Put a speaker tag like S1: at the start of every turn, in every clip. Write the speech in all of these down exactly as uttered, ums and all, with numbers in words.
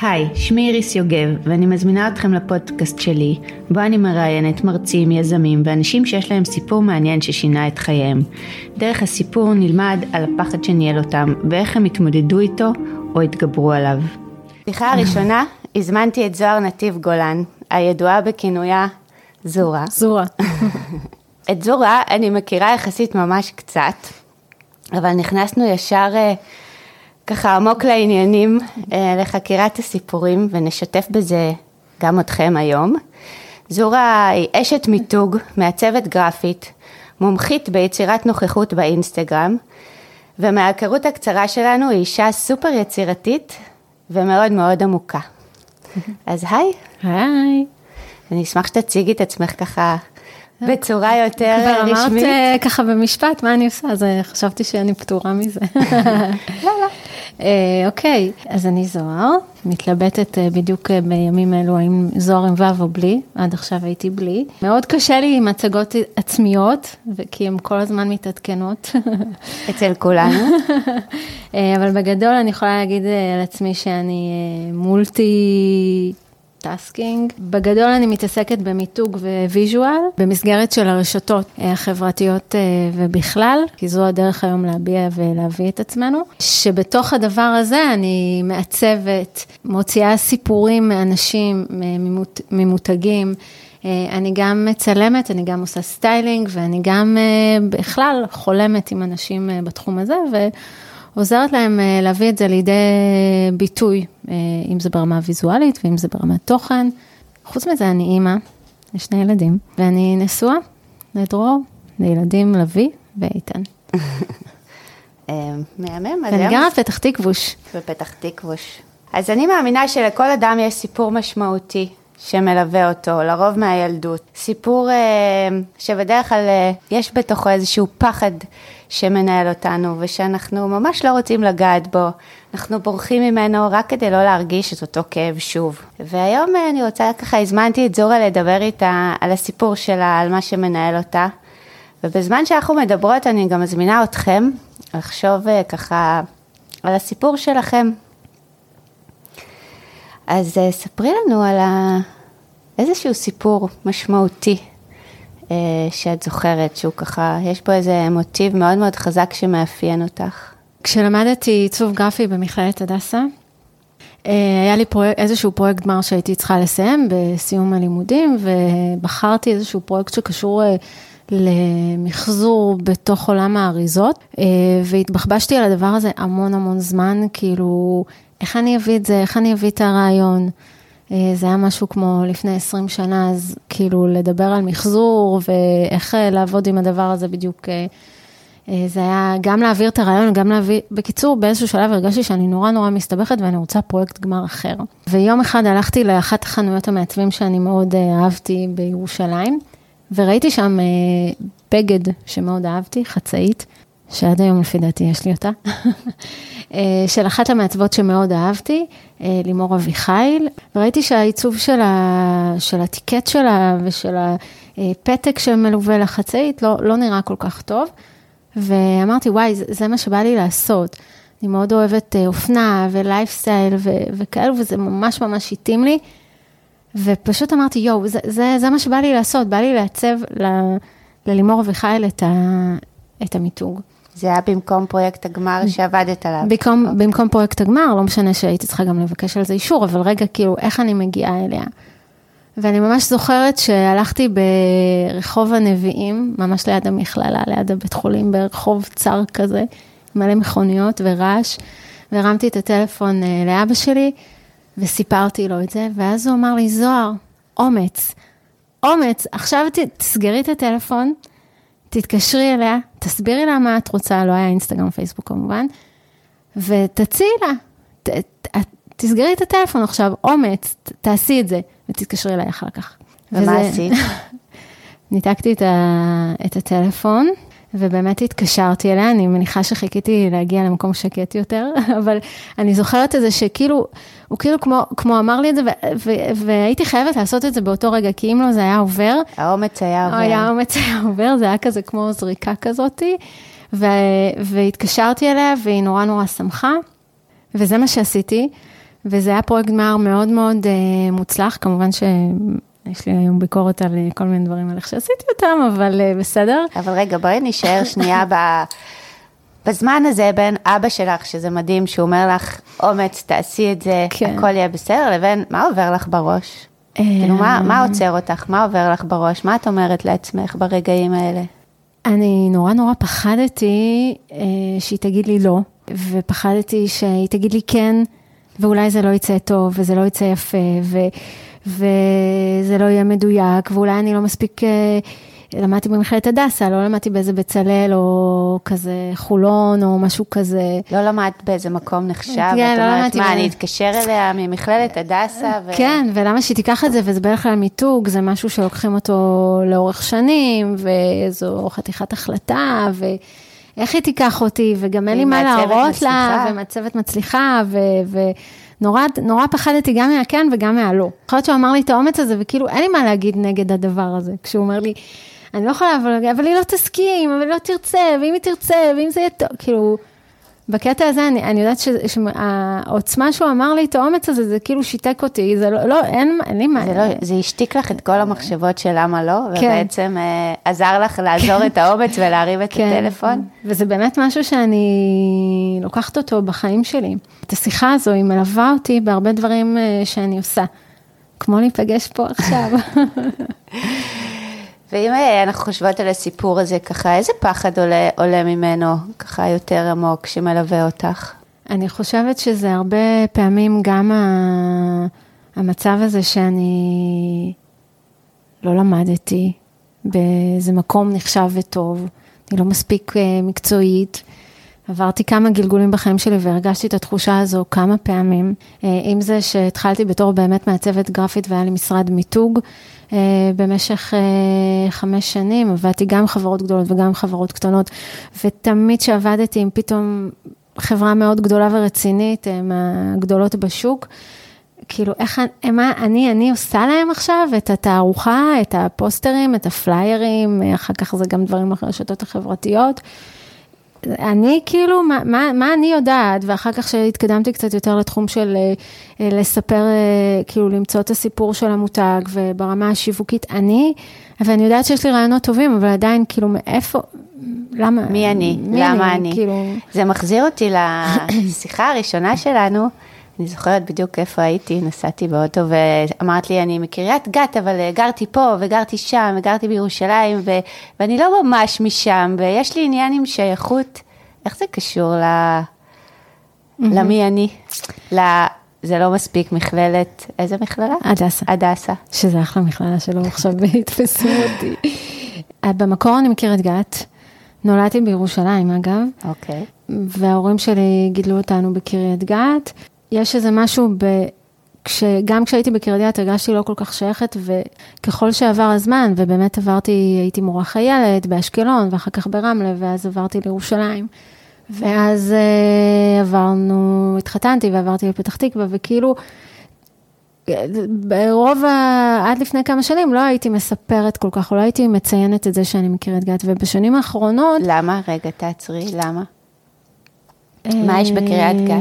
S1: היי, שמי איריס יוגב, ואני מזמינה אתכם לפודקאסט שלי, בו אני מראיינת מרצים, יזמים ואנשים שיש להם סיפור מעניין ששינה את חייהם. דרך הסיפור נלמד על הפחד שניהל אותם, ואיך הם התמודדו איתו או התגברו עליו. בשיחה הראשונה הזמנתי את זוהר נתיב גולן, הידועה בכינויה זורה.
S2: זורה.
S1: את זורה אני מכירה יחסית ממש קצת, אבל נכנסנו ישר ככה עמוק לעניינים, לחקירת הסיפורים, ונשתף בזה גם אתכם היום. זורה היא אשת מיתוג, מעצבת גרפית, מומחית ביצירת נוכחות באינסטגרם, ומההכרות הקצרה שלנו היא אישה סופר יצירתית ומאוד מאוד עמוקה. אז היי.
S2: היי.
S1: אני אשמח שתציגי את עצמך ככה בצורה יותר רשמית.
S2: כבר אמרת ככה במשפט, מה אני עושה? אז חשבתי שאני פטורה מזה.
S1: לא, לא.
S2: אוקיי, אז אני זוהר, מתלבטת בדיוק בימים אלו, האם זוהר עם וו או בלי, עד עכשיו הייתי בלי. מאוד קשה לי עם הצגות עצמיות, כי הן כל הזמן מתעדכנות.
S1: אצל כולנו.
S2: אבל בגדול אני יכולה להגיד על עצמי שאני מולטי טאסקינג. בגדול אני מתעסקת במיתוג וויז'ואל, במסגרת של הרשתות החברתיות ובכלל, כי זו הדרך היום להביע ולהביא את עצמנו, שבתוך הדבר הזה אני מעצבת, מוציאה סיפורים מאנשים, ממותגים, אני גם מצלמת, אני גם עושה סטיילינג, ואני גם בכלל חולמת עם אנשים בתחום הזה, ו... עוזרת להם להביא את זה לידי ביטוי, אם זה ברמה ויזואלית ואם זה ברמה תוכן. חוץ מזה אני אימא, לשני ילדים, ואני נשואה לדרור, לילדים לוי ואיתן.
S1: מהמם.
S2: ואני גרה בפתח תקווש.
S1: בפתח תקווש. אז אני מאמינה שלכל אדם יש סיפור משמעותי שמלווה אותו, לרוב מהילדות. סיפור שבדרך כלל יש בתוכו איזשהו פחד שמנהל אותנו, ושאנחנו ממש לא רוצים לגעת בו. אנחנו בורחים ממנו רק כדי לא להרגיש את אותו כאב שוב. והיום אני רוצה ככה, הזמנתי את זורה לדבר איתה על הסיפור שלה, על מה שמנהל אותה. ובזמן שאנחנו מדברות, אני גם מזמינה אתכם לחשוב ככה על הסיפור שלכם. אז ספרי לנו על איזשהו סיפור משמעותי שאת זוכרת, שהוא ככה, יש פה איזה מוטיב מאוד מאוד חזק שמאפיין אותך.
S2: כשלמדתי עיצוב גרפי במכללת הדסה, היה לי פרויקט, איזשהו פרויקט גמר שהייתי צריכה לסיים בסיום הלימודים, ובחרתי איזשהו פרויקט שקשור למחזור בתוך עולם האריזות, והתבחבשתי על הדבר הזה המון המון זמן, כאילו, איך אני אביא את זה, איך אני אביא את הרעיון. זה היה משהו כמו לפני עשרים שנה, אז כאילו לדבר על מחזור ואיך לעבוד עם הדבר הזה בדיוק. זה היה גם להעביר את הרעיון, גם להביא, בקיצור, באיזשהו שלב הרגשתי שאני נורא נורא מסתבכת ואני רוצה פרויקט גמר אחר. ויום אחד הלכתי לאחת החנויות המעצבים שאני מאוד אהבתי בירושלים, וראיתי שם בגד שמאוד אהבתי, חצאית, שעד היום לפי דעתי יש לי אותה, של אחת המעצבות שמאוד אהבתי, לימור אביחיל, וראיתי שהעיצוב של, ה... של הטיקט שלה ושל הפתק שמלווה לחצאית לא, לא נראה כל כך טוב, ואמרתי וואי, זה, זה מה שבא לי לעשות. אני מאוד אוהבת אופנה ולייפסטייל ו... וכאלו, וזה ממש ממש התאים לי, ופשוט אמרתי יו, זה, זה, זה מה שבא לי לעשות, בא לי לעצב ל... ללימור אביחיל את, ה... את המיתוג.
S1: זה היה במקום פרויקט הגמר שעבדת עליו.
S2: במקום, okay. במקום פרויקט הגמר, לא משנה שהייתי צריכה גם לבקש על זה אישור, אבל רגע, כאילו, איך אני מגיעה אליה? ואני ממש זוכרת שהלכתי ברחוב הנביאים, ממש ליד המכללה, ליד הבית חולים, ברחוב צר כזה, מלא מכוניות ורעש, והרמתי את הטלפון לאבא שלי, וסיפרתי לו את זה, ואז הוא אמר לי, זוהר, אומץ, אומץ, עכשיו תסגרי את הטלפון, תתקשרי אליה, תסבירי לה מה את רוצה, לא היה אינסטגרם, פייסבוק כמובן, ותציעי לה, ת, ת, תסגרי את הטלפון עכשיו, אומץ, תעשי את זה, ותתקשרי אליה אחר כך.
S1: ומה עשית?
S2: ניתקתי את, ה, את הטלפון, ובאמת התקשרתי אליה, אני מניחה שחיכיתי להגיע למקום שקט יותר, אבל אני זוכרת את זה שכאילו, הוא כאילו כמו, כמו אמר לי את זה, ו- ו- והייתי חייבת לעשות את זה באותו רגע, כי אם לא זה היה עובר.
S1: האומץ היה עובר.
S2: היה האומץ היה עובר, זה היה כזה כמו זריקה כזאת, ו- והתקשרתי אליה, והיא נורא נורא שמחה, וזה מה שעשיתי, וזה היה פרויקט גמר מאוד מאוד uh, מוצלח, כמובן שיש לי היום ביקורת על uh, כל מיני דברים על איך שעשיתי אותם, אבל uh, בסדר.
S1: אבל רגע, בואי נשאר שנייה ב... בזמן הזה בין אבא שלך, שזה מדהים, שהוא אומר לך, אומץ, תעשי את זה, כן. הכל יהיה בסדר, לבין מה עובר לך בראש? כאילו, מה, מה עוצר אותך? מה עובר לך בראש? מה את אומרת לעצמך ברגעים האלה?
S2: אני נורא נורא פחדתי אה, שהיא תגיד לי לא, ופחדתי שהיא תגיד לי כן, ואולי זה לא יצא טוב, וזה לא יצא יפה, ו, וזה לא יהיה מדויק, ואולי אני לא מספיק... אה, למדתי במכללת הדסה, לא למדתי באיזה בצלאל או כזה חולון או משהו כזה.
S1: לא למדת באיזה מקום נחשב, את אומרת, מה, אני אתקשר אליה ממכללת הדסה?
S2: כן, ולמה שהיא תיקח את זה, וזה בערך כלל מיתוג, זה משהו שלוקחים אותו לאורך שנים, וזו חתיכת החלטה, ואיך היא תיקח אותי, וגם אין לי מה להראות לה, ומצבת מצליחה, ו... נורא, נורא פחדתי גם מהכן וגם מהלא. יכול להיות שהוא אמר לי את האומץ הזה, וכאילו אין לי מה להגיד נגד הדבר הזה. כשהוא אומר לי, אני לא יכולה, אבל, אבל היא לא תסכים, אבל היא לא תרצה, ואם היא תרצה, ואם זה יהיה טוב, כאילו, בקטע הזה אני, אני יודעת שהעוצמה שהוא אמר לי את האומץ הזה, זה כאילו שיתק אותי, זה לא, לא אין, אין לי מה.
S1: זה, לא, זה השתיק לך את כל המחשבות של למה לא, כן. ובעצם אה, עזר לך לעזור כן. את האומץ ולהריב את כן. הטלפון.
S2: וזה באמת משהו שאני לוקחת אותו בחיים שלי. את השיחה הזו, היא מלווה אותי בהרבה דברים אה, שאני עושה. כמו להיפגש פה עכשיו.
S1: ואם אנחנו חושבות על הסיפור הזה ככה, איזה פחד עולה, עולה ממנו ככה יותר עמוק שמלווה אותך?
S2: אני חושבת שזה הרבה פעמים גם המצב הזה שאני לא למדתי באיזה מקום נחשב וטוב, אני לא מספיק מקצועית, עברתי כמה גלגולים בחיים שלי והרגשתי את התחושה הזו כמה פעמים, עם זה שהתחלתי בתור באמת מעצבת גרפית והיה לי משרד מיתוג, במשך חמש שנים, עבדתי גם עם חברות גדולות וגם עם חברות קטנות, ותמיד שעבדתי עם פתאום חברה מאוד גדולה ורצינית, מהגדולות בשוק, כאילו איך, מה אני, אני עושה להם עכשיו את התערוכה, את הפוסטרים, את הפליירים, אחר כך זה גם דברים ברשתות החברתיות, אני כאילו, מה, מה, מה אני יודעת, ואחר כך שהתקדמתי קצת יותר לתחום של לספר, כאילו למצוא את הסיפור של המותג, וברמה השיווקית אני, ואני יודעת שיש לי רעיונות טובים, אבל עדיין כאילו מאיפה, למה?
S1: מי אני?
S2: מי
S1: למה
S2: אני?
S1: אני?
S2: כאילו...
S1: זה מחזיר אותי לשיחה הראשונה שלנו, אני זוכרת בדיוק איפה הייתי, נסעתי באוטו ואמרת לי, אני מקריית גת, אבל גרתי פה וגרתי שם וגרתי בירושלים, ו... ואני לא ממש משם, ויש לי עניין עם שייכות, איך זה קשור ל... mm-hmm. למי אני? ל... זה לא מספיק מכללת, איזה מכללה?
S2: הדסה.
S1: הדסה. שזה
S2: אחלה מכללה שלא עכשיו יתפסו אותי. במקור אני מקריית גת, נולדתי בירושלים אגב,
S1: אוקיי.
S2: וההורים שלי גידלו אותנו בקריית גת, יש איזה משהו, ב... כש... גם כשהייתי בקריית גת, הרגשתי לא כל כך שייכת, וככל שעבר הזמן, ובאמת עברתי, הייתי מורה חיילת באשקלון, ואחר כך ברמלה, ואז עברתי לירושלים. ואז uh, עברנו, התחתנתי, ועברתי לפתח תקווה, וכאילו, ברוב, ה... עד לפני כמה שנים, לא הייתי מספרת כל כך, או לא הייתי מציינת את זה שאני מקריית גת, ובשנים האחרונות...
S1: למה? רגע, תעצרי, למה? מה יש בקריית גת?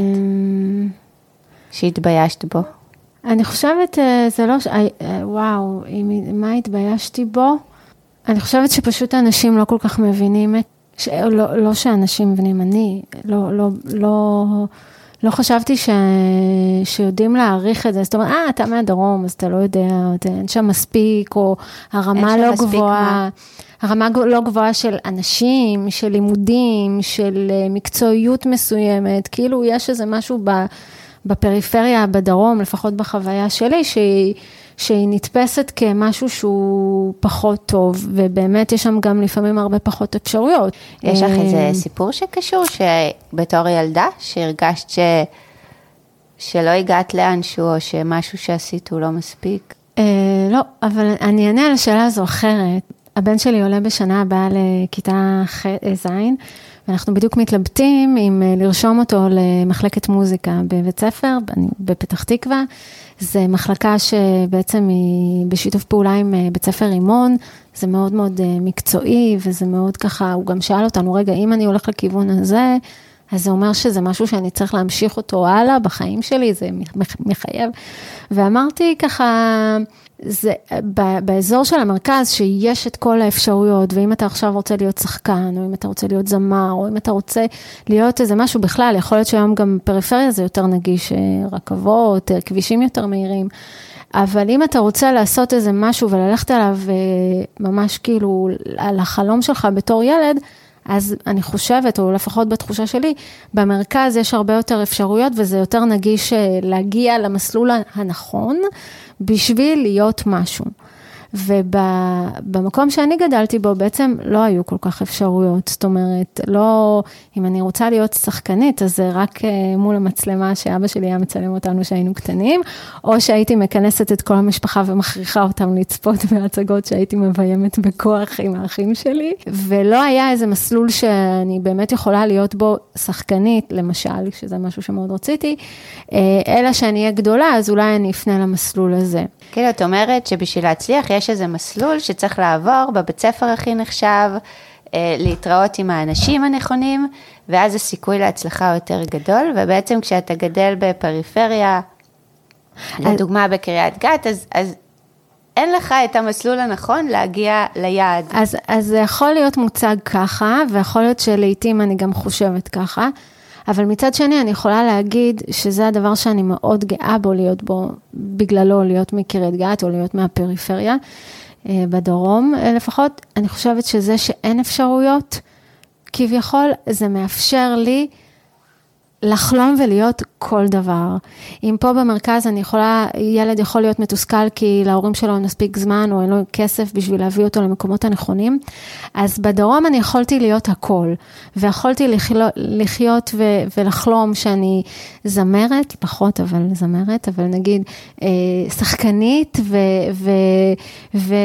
S1: שהתביישת בו?
S2: אני חושבת, זה לא, וואו, מה התביישתי בו? אני חושבת שפשוט האנשים לא כל כך מבינים, לא, לא שאנשים מבינים, אני לא, לא, לא, לא חשבתי ש, שיודעים להעריך את זה, זאת אומרת, אה, אתה מהדרום, אז אתה לא יודע, אין שם מספיק, או הרמה לא גבוהה, הרמה לא גבוהה של אנשים, של לימודים, של מקצועיות מסוימת, כאילו יש איזה משהו ב... בפריפריה, בדרום, לפחות בחוויה שלי, שהיא, שהיא נתפסת כמשהו שהוא פחות טוב, ובאמת יש שם גם לפעמים הרבה פחות אפשרויות.
S1: יש לך איזה סיפור שקשור, שבתור ילדה, שהרגשת ש... שלא הגעת לאנשהו, או שמשהו שעשית הוא לא מספיק?
S2: לא, אבל אני אענה על השאלה הזו אחרת. הבן שלי עולה בשנה הבאה לכיתה ז', ואנחנו בדיוק מתלבטים עם לרשום אותו למחלקת מוזיקה בבית ספר, בפתח תקווה. זה מחלקה שבעצם היא בשיתוף פעולה עם בית ספר רימון, זה מאוד מאוד מקצועי, וזה מאוד ככה, הוא גם שאל אותנו, רגע, אם אני הולך לכיוון הזה, אז זה אומר שזה משהו שאני צריך להמשיך אותו הלאה בחיים שלי, זה מחייב. ואמרתי ככה, זה, באזור של המרכז שיש את כל האפשרויות, ואם אתה עכשיו רוצה להיות שחקן, או אם אתה רוצה להיות זמר, או אם אתה רוצה להיות איזה משהו בכלל, יכול להיות שהיום גם פריפריה זה יותר נגיש, רכבות, כבישים יותר מהירים, אבל אם אתה רוצה לעשות איזה משהו וללכת עליו ממש כאילו על החלום שלך בתור ילד, אז אני חושבת, או לפחות בתחושה שלי, במרכז יש הרבה יותר אפשרויות, וזה יותר נגיש להגיע למסלול הנכון, בשביל להיות משהו. ובמקום שאני גדלתי בו, בעצם לא היו כל כך אפשרויות. זאת אומרת, לא, אם אני רוצה להיות שחקנית, אז זה רק מול המצלמה שאבא שלי היה מצלם אותנו שהיינו קטנים, או שהייתי מכנסת את כל המשפחה ומכריחה אותם לצפות בהצגות שהייתי מביימת בכוח עם האחים שלי, ולא היה איזה מסלול שאני באמת יכולה להיות בו שחקנית, למשל, שזה משהו שמאוד רציתי, אלא שאני אהיה גדולה, אז אולי אני אפנה למסלול הזה.
S1: כאילו, את אומרת שבשביל להצליח יש איזה מסלול שצריך לעבור בבית ספר הכי נחשב, להתראות עם האנשים הנכונים, ואז הסיכוי להצלחה יותר גדול, ובעצם כשאתה גדל בפריפריה, לדוגמה בקריית גת, אז, אז אין לך את המסלול הנכון להגיע ליעד.
S2: אז, אז זה יכול להיות מוצג ככה, ויכול להיות שלעיתים אני גם חושבת ככה, אבל מצד שני אני יכולה להגיד שזה הדבר שאני מאוד גאה בו להיות בו, בגללו להיות מקריית גת או להיות מהפריפריה בדרום לפחות. אני חושבת שזה שאין אפשרויות, כביכול זה מאפשר לי לחלום ולהיות כל דבר. אם פה במרכז אני יכולה, ילד יכול להיות מתוסכל כי להורים שלו נספיק זמן או אין לו כסף בשביל להביא אותו למקומות הנכונים, אז בדרום אני יכולתי להיות הכל, ויכולתי לחיות, לחיות ו, ולחלום שאני זמרת, פחות אבל זמרת, אבל נגיד אה, שחקנית ו, ו, ו,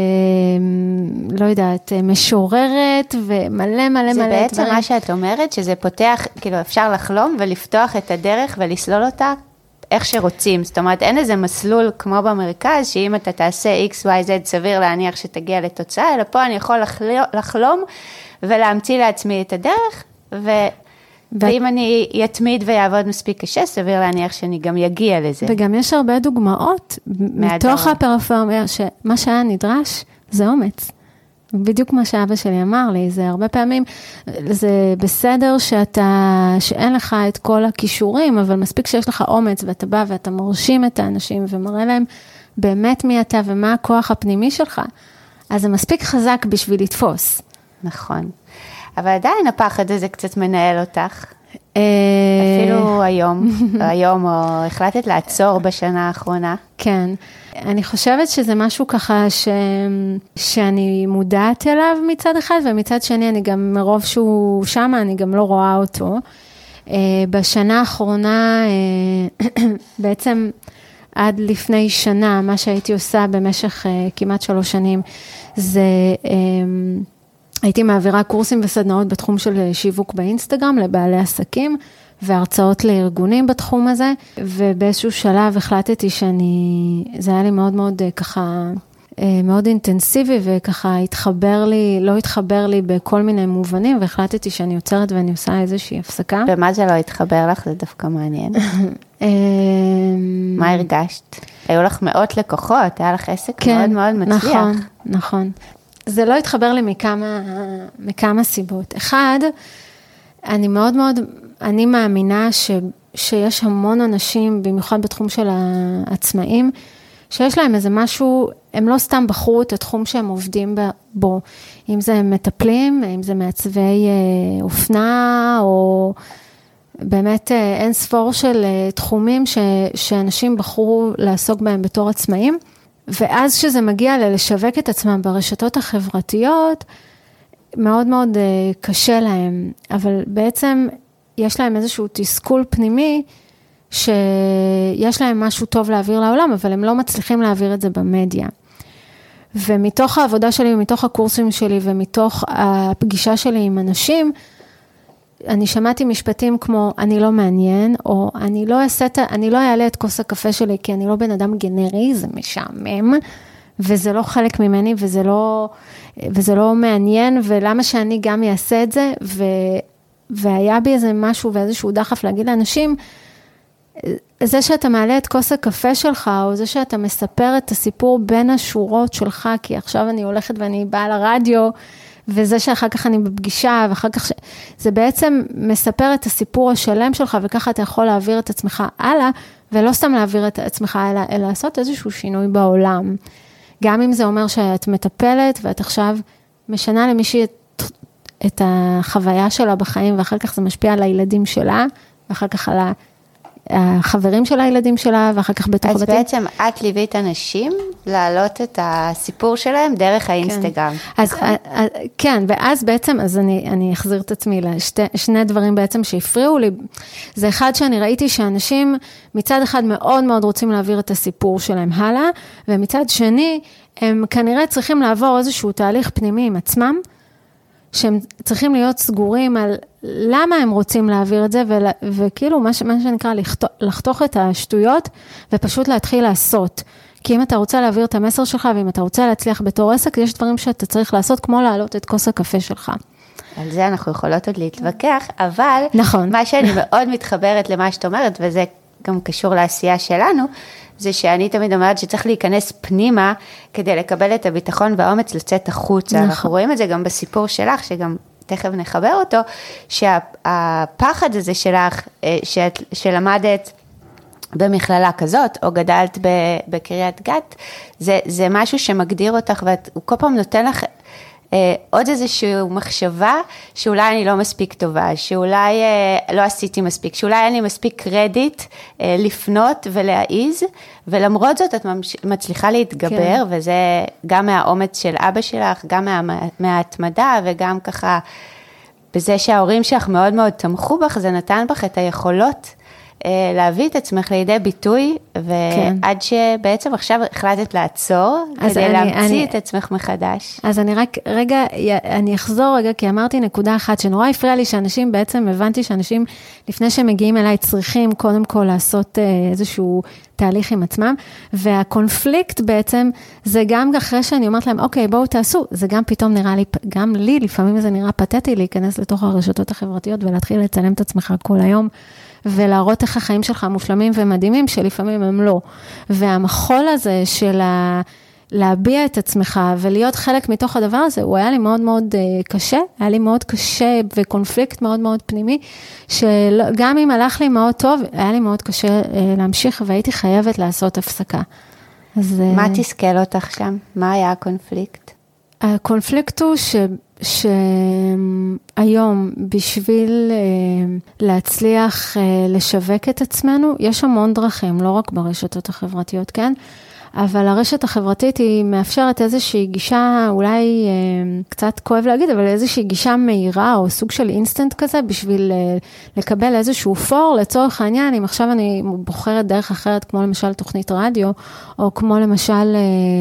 S2: לא יודעת, משוררת ומלא מלא
S1: זה
S2: מלא.
S1: בעצם
S2: דברים.
S1: מה שאת אומרת, שזה פותח, כאילו אפשר לחלום ולפתוח את הדרך ולסלול אותה איך שרוצים. זאת אומרת, אין איזה מסלול כמו במרכז, שאם אתה תעשה X, Y, Z, סביר להניח שתגיע לתוצאה, אלא פה אני יכול לחלום ולהמציא לעצמי את הדרך, ו... ואם אני יתמיד ויעבוד מספיק קשה, סביר להניח שאני גם יגיע לזה.
S2: וגם יש הרבה דוגמאות מתוך הפריפריה, שמה שהיה נדרש זה אומץ. בדיוק מה שאבא שלי אמר לי, זה הרבה פעמים, זה בסדר שאתה, שאין לך את כל הכישורים, אבל מספיק שיש לך אומץ, ואתה בא ואתה מרשים את האנשים, ומראה להם באמת מי אתה, ומה הכוח הפנימי שלך, אז זה מספיק חזק בשביל לתפוס.
S1: נכון. אבל עדיין הפחד הזה קצת מנהל אותך. אפילו היום, היום, או החלטת לעצור בשנה האחרונה.
S2: כן. אני חושבת שזה משהו ככה ש... שאני מודעת אליו מצד אחד, ומצד שני אני גם מרוב שהוא שם, אני גם לא רואה אותו. בשנה האחרונה, בעצם עד לפני שנה, מה שהייתי עושה במשך כמעט שלוש שנים, זה הייתי מעבירה קורסים וסדנאות בתחום של שיווק באינסטגרם לבעלי עסקים, והרצאות לארגונים בתחום הזה, ובאיזשהו שלב החלטתי שאני, זה היה לי מאוד מאוד ככה, מאוד אינטנסיבי, וככה התחבר לי, לא התחבר לי בכל מיני מובנים, והחלטתי שאני יוצרת ואני עושה איזושהי הפסקה.
S1: ומה זה לא התחבר לך? זה דווקא מעניין. מה הרגשת? היו לך מאות לקוחות, היה לך עסק מאוד מאוד מצליח.
S2: נכון, נכון. זה לא התחבר לי מכמה, מכמה סיבות. אחד, אני מאוד מאוד, אני מאמינה ש, שיש המון אנשים, במיוחד בתחום של העצמאים, שיש להם איזה משהו, הם לא סתם בחרו את התחום שהם עובדים בו, אם זה מטפלים, אם זה מעצבי אופנה, או באמת אין ספור של תחומים ש, שאנשים בחרו לעסוק בהם בתור עצמאים, ואז שזה מגיע ללשווק את עצמם ברשתות החברתיות, מאוד מאוד קשה להם, אבל בעצם יש להם איזשהו תסכול פנימי, שיש להם משהו טוב להעביר לעולם, אבל הם לא מצליחים להעביר את זה במדיה. ומתוך העבודה שלי, ומתוך הקורסים שלי, ומתוך הפגישה שלי עם אנשים, אני שמעתי משפטים כמו, אני לא מעניין, או אני לא אעשה, אני לא אעלה את כוס הקפה שלי, כי אני לא בן אדם גנרי, זה משעמם, וזה לא חלק ממני, וזה לא, וזה לא מעניין, ולמה שאני גם אעשה את זה, והיה בי איזה משהו ואיזשהו דחף להגיד לאנשים, זה שאתה מעלה את כוס הקפה שלך, או זה שאתה מספר את הסיפור בין השורות שלך, כי עכשיו אני הולכת ואני באה לרדיו, וזה שאחר כך אני בפגישה, ואחר כך, ש... זה בעצם מספר את הסיפור השלם שלך, וככה אתה יכול להעביר את עצמך הלאה, ולא סתם להעביר את עצמך הלאה, אלא לעשות איזשהו שינוי בעולם. גם אם זה אומר שאת מטפלת, ואת עכשיו משנה למישהי את, את החוויה שלה בחיים, ואחר כך זה משפיע על הילדים שלה, ואחר כך על החברים של הילדים שלה, ואחר כך בתוך
S1: אז
S2: הבתים.
S1: אז בעצם את ליווית אנשים להעלות את הסיפור שלהם דרך האינסטגרם.
S2: כן. אז, כן, ואז בעצם, אז אני, אני אחזיר את עצמי לשני דברים בעצם שהפריעו לי. זה אחד שאני ראיתי שאנשים מצד אחד מאוד מאוד רוצים להעביר את הסיפור שלהם הלאה, ומצד שני, הם כנראה צריכים לעבור איזשהו תהליך פנימי עם עצמם, שהם צריכים להיות סגורים על למה הם רוצים להעביר את זה, וכאילו מה, מה שנקרא לחתוך, לחתוך את השטויות, ופשוט להתחיל לעשות. כי אם אתה רוצה להעביר את המסר שלך, ואם אתה רוצה להצליח בתור עסק, יש דברים שאתה צריך לעשות, כמו להעלות את כוס הקפה שלך.
S1: על זה אנחנו יכולות עוד להתווכח, אבל
S2: נכון.
S1: מה שאני מאוד מתחברת למה שאת אומרת, וזה גם קשור לעשייה שלנו, זה שאני תמיד אומרת שצריך להיכנס פנימה, כדי לקבל את הביטחון והאומץ לצאת החוצה. נכון. אנחנו רואים את זה גם בסיפור שלך, שגם תכף נחבר אותו, שהפחד הזה שלך, שאת, שלמדת במכללה כזאת, או גדלת בקריית גת, זה, זה משהו שמגדיר אותך, והוא כל פעם נותן לך אה, עוד איזושהי מחשבה, שאולי אני לא מספיק טובה, שאולי אה, לא עשיתי מספיק, שאולי אין לי מספיק קרדיט אה, לפנות ולהעיז, ולמרות זאת את מצליחה להתגבר, כן. וזה גם מהאומץ של אבא שלך, גם מה, מההתמדה, וגם ככה, בזה שההורים שלך מאוד מאוד תמכו בך, זה נתן בך את היכולות, להביא את עצמך לידי ביטוי, ועד שבעצם עכשיו החלטת לעצור, כדי להמציא את עצמך מחדש.
S2: אז אני רק, רגע, אני אחזור רגע, כי אמרתי נקודה אחת, שנורא הפריע לי שאנשים, בעצם הבנתי שאנשים, לפני שהם מגיעים אליי, צריכים קודם כל לעשות איזשהו תהליך עם עצמם, והקונפליקט בעצם, זה גם אחרי שאני אומרת להם, אוקיי, בואו תעשו, זה גם פתאום נראה לי, גם לי, לפעמים זה נראה פתטי, להיכנס לתוך הרשתות החברתיות, ולהתחיל לצלם את עצמך כל היום, ולהראות איך החיים שלך מושלמים ומדהימים, שלפעמים הם לא. והמחול הזה של להביע את עצמך, ולהיות חלק מתוך הדבר הזה, הוא היה לי מאוד מאוד קשה, היה לי מאוד קשה, וקונפליקט מאוד מאוד פנימי, שגם אם הלך לי מאוד טוב, היה לי מאוד קשה להמשיך, והייתי חייבת לעשות הפסקה. אז
S1: מה תסכל אותך שם? מה היה הקונפליקט?
S2: הקונפליקט הוא ש... שהיום בשביל להצליח לשווק את עצמנו, יש המון דרכים, לא רק ברשתות החברתיות, כן? אבל הרשת החברתית היא מאפשרת איזושהי גישה, אולי קצת כואב להגיד, אבל איזושהי גישה מהירה או סוג של אינסטנט כזה, בשביל לקבל איזשהו פור, לצורך העניין, אם עכשיו אני בוחרת דרך אחרת, כמו למשל תוכנית רדיו, או כמו למשל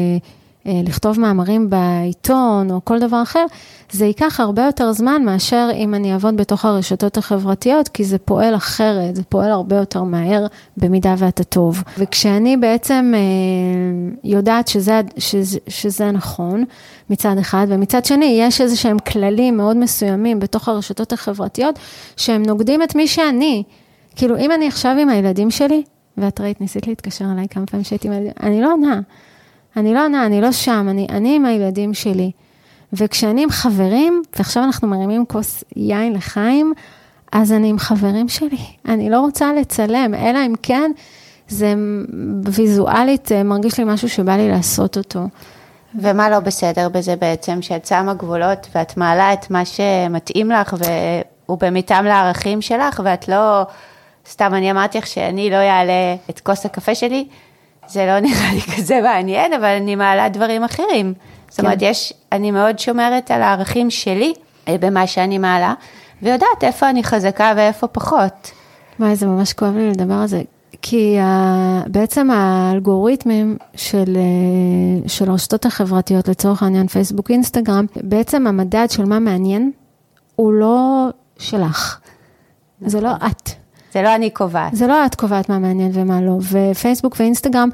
S2: לכתוב מאמרים בעיתון או כל דבר אחר, זה ייקח הרבה יותר זמן מאשר אם אני אעבוד בתוך הרשתות החברתיות, כי זה פועל אחרת, זה פועל הרבה יותר מהר במידה ואתה טוב. וכשאני בעצם אה, יודעת שזה, שזה, שזה נכון מצד אחד, ומצד שני יש איזה שהם כללים מאוד מסוימים בתוך הרשתות החברתיות, שהם נוגדים את מי שאני. כאילו אם אני עכשיו עם הילדים שלי, ואת ראית, ניסית להתקשר עליי כמה פעמים שהייתי עם הילדים, אני לא עונה. אני לא עונה, אני לא שם, אני, אני עם הילדים שלי. וכשאני עם חברים, ועכשיו אנחנו מרימים כוס יין לחיים, אז אני עם חברים שלי. אני לא רוצה לצלם, אלא אם כן, זה ויזואלית מרגיש לי משהו שבא לי לעשות אותו.
S1: ומה לא בסדר בזה בעצם? שאת שמה גבולות ואת מעלה את מה שמתאים לך, והוא במיתם לערכים שלך, ואת לא, סתם אני אמרתי לך שאני לא יעלה את כוס הקפה שלי, זה לא נראה לי כזה מעניין, אבל אני מעלה דברים אחרים. זאת אומרת, יש, אני מאוד שומרת על הערכים שלי, במה שאני מעלה, ויודעת איפה אני חזקה ואיפה פחות.
S2: וואי, זה ממש כואב לי לדבר הזה, כי בעצם האלגוריתמים של, של רשתות החברתיות, לצורך העניין פייסבוק, אינסטגרם, בעצם המדד של מה מעניין, הוא לא שלך. זה לא את.
S1: זה לא אני קובעת.
S2: זה לא את קובעת מה מעניין ומה לא. ופייסבוק ואינסטגרם,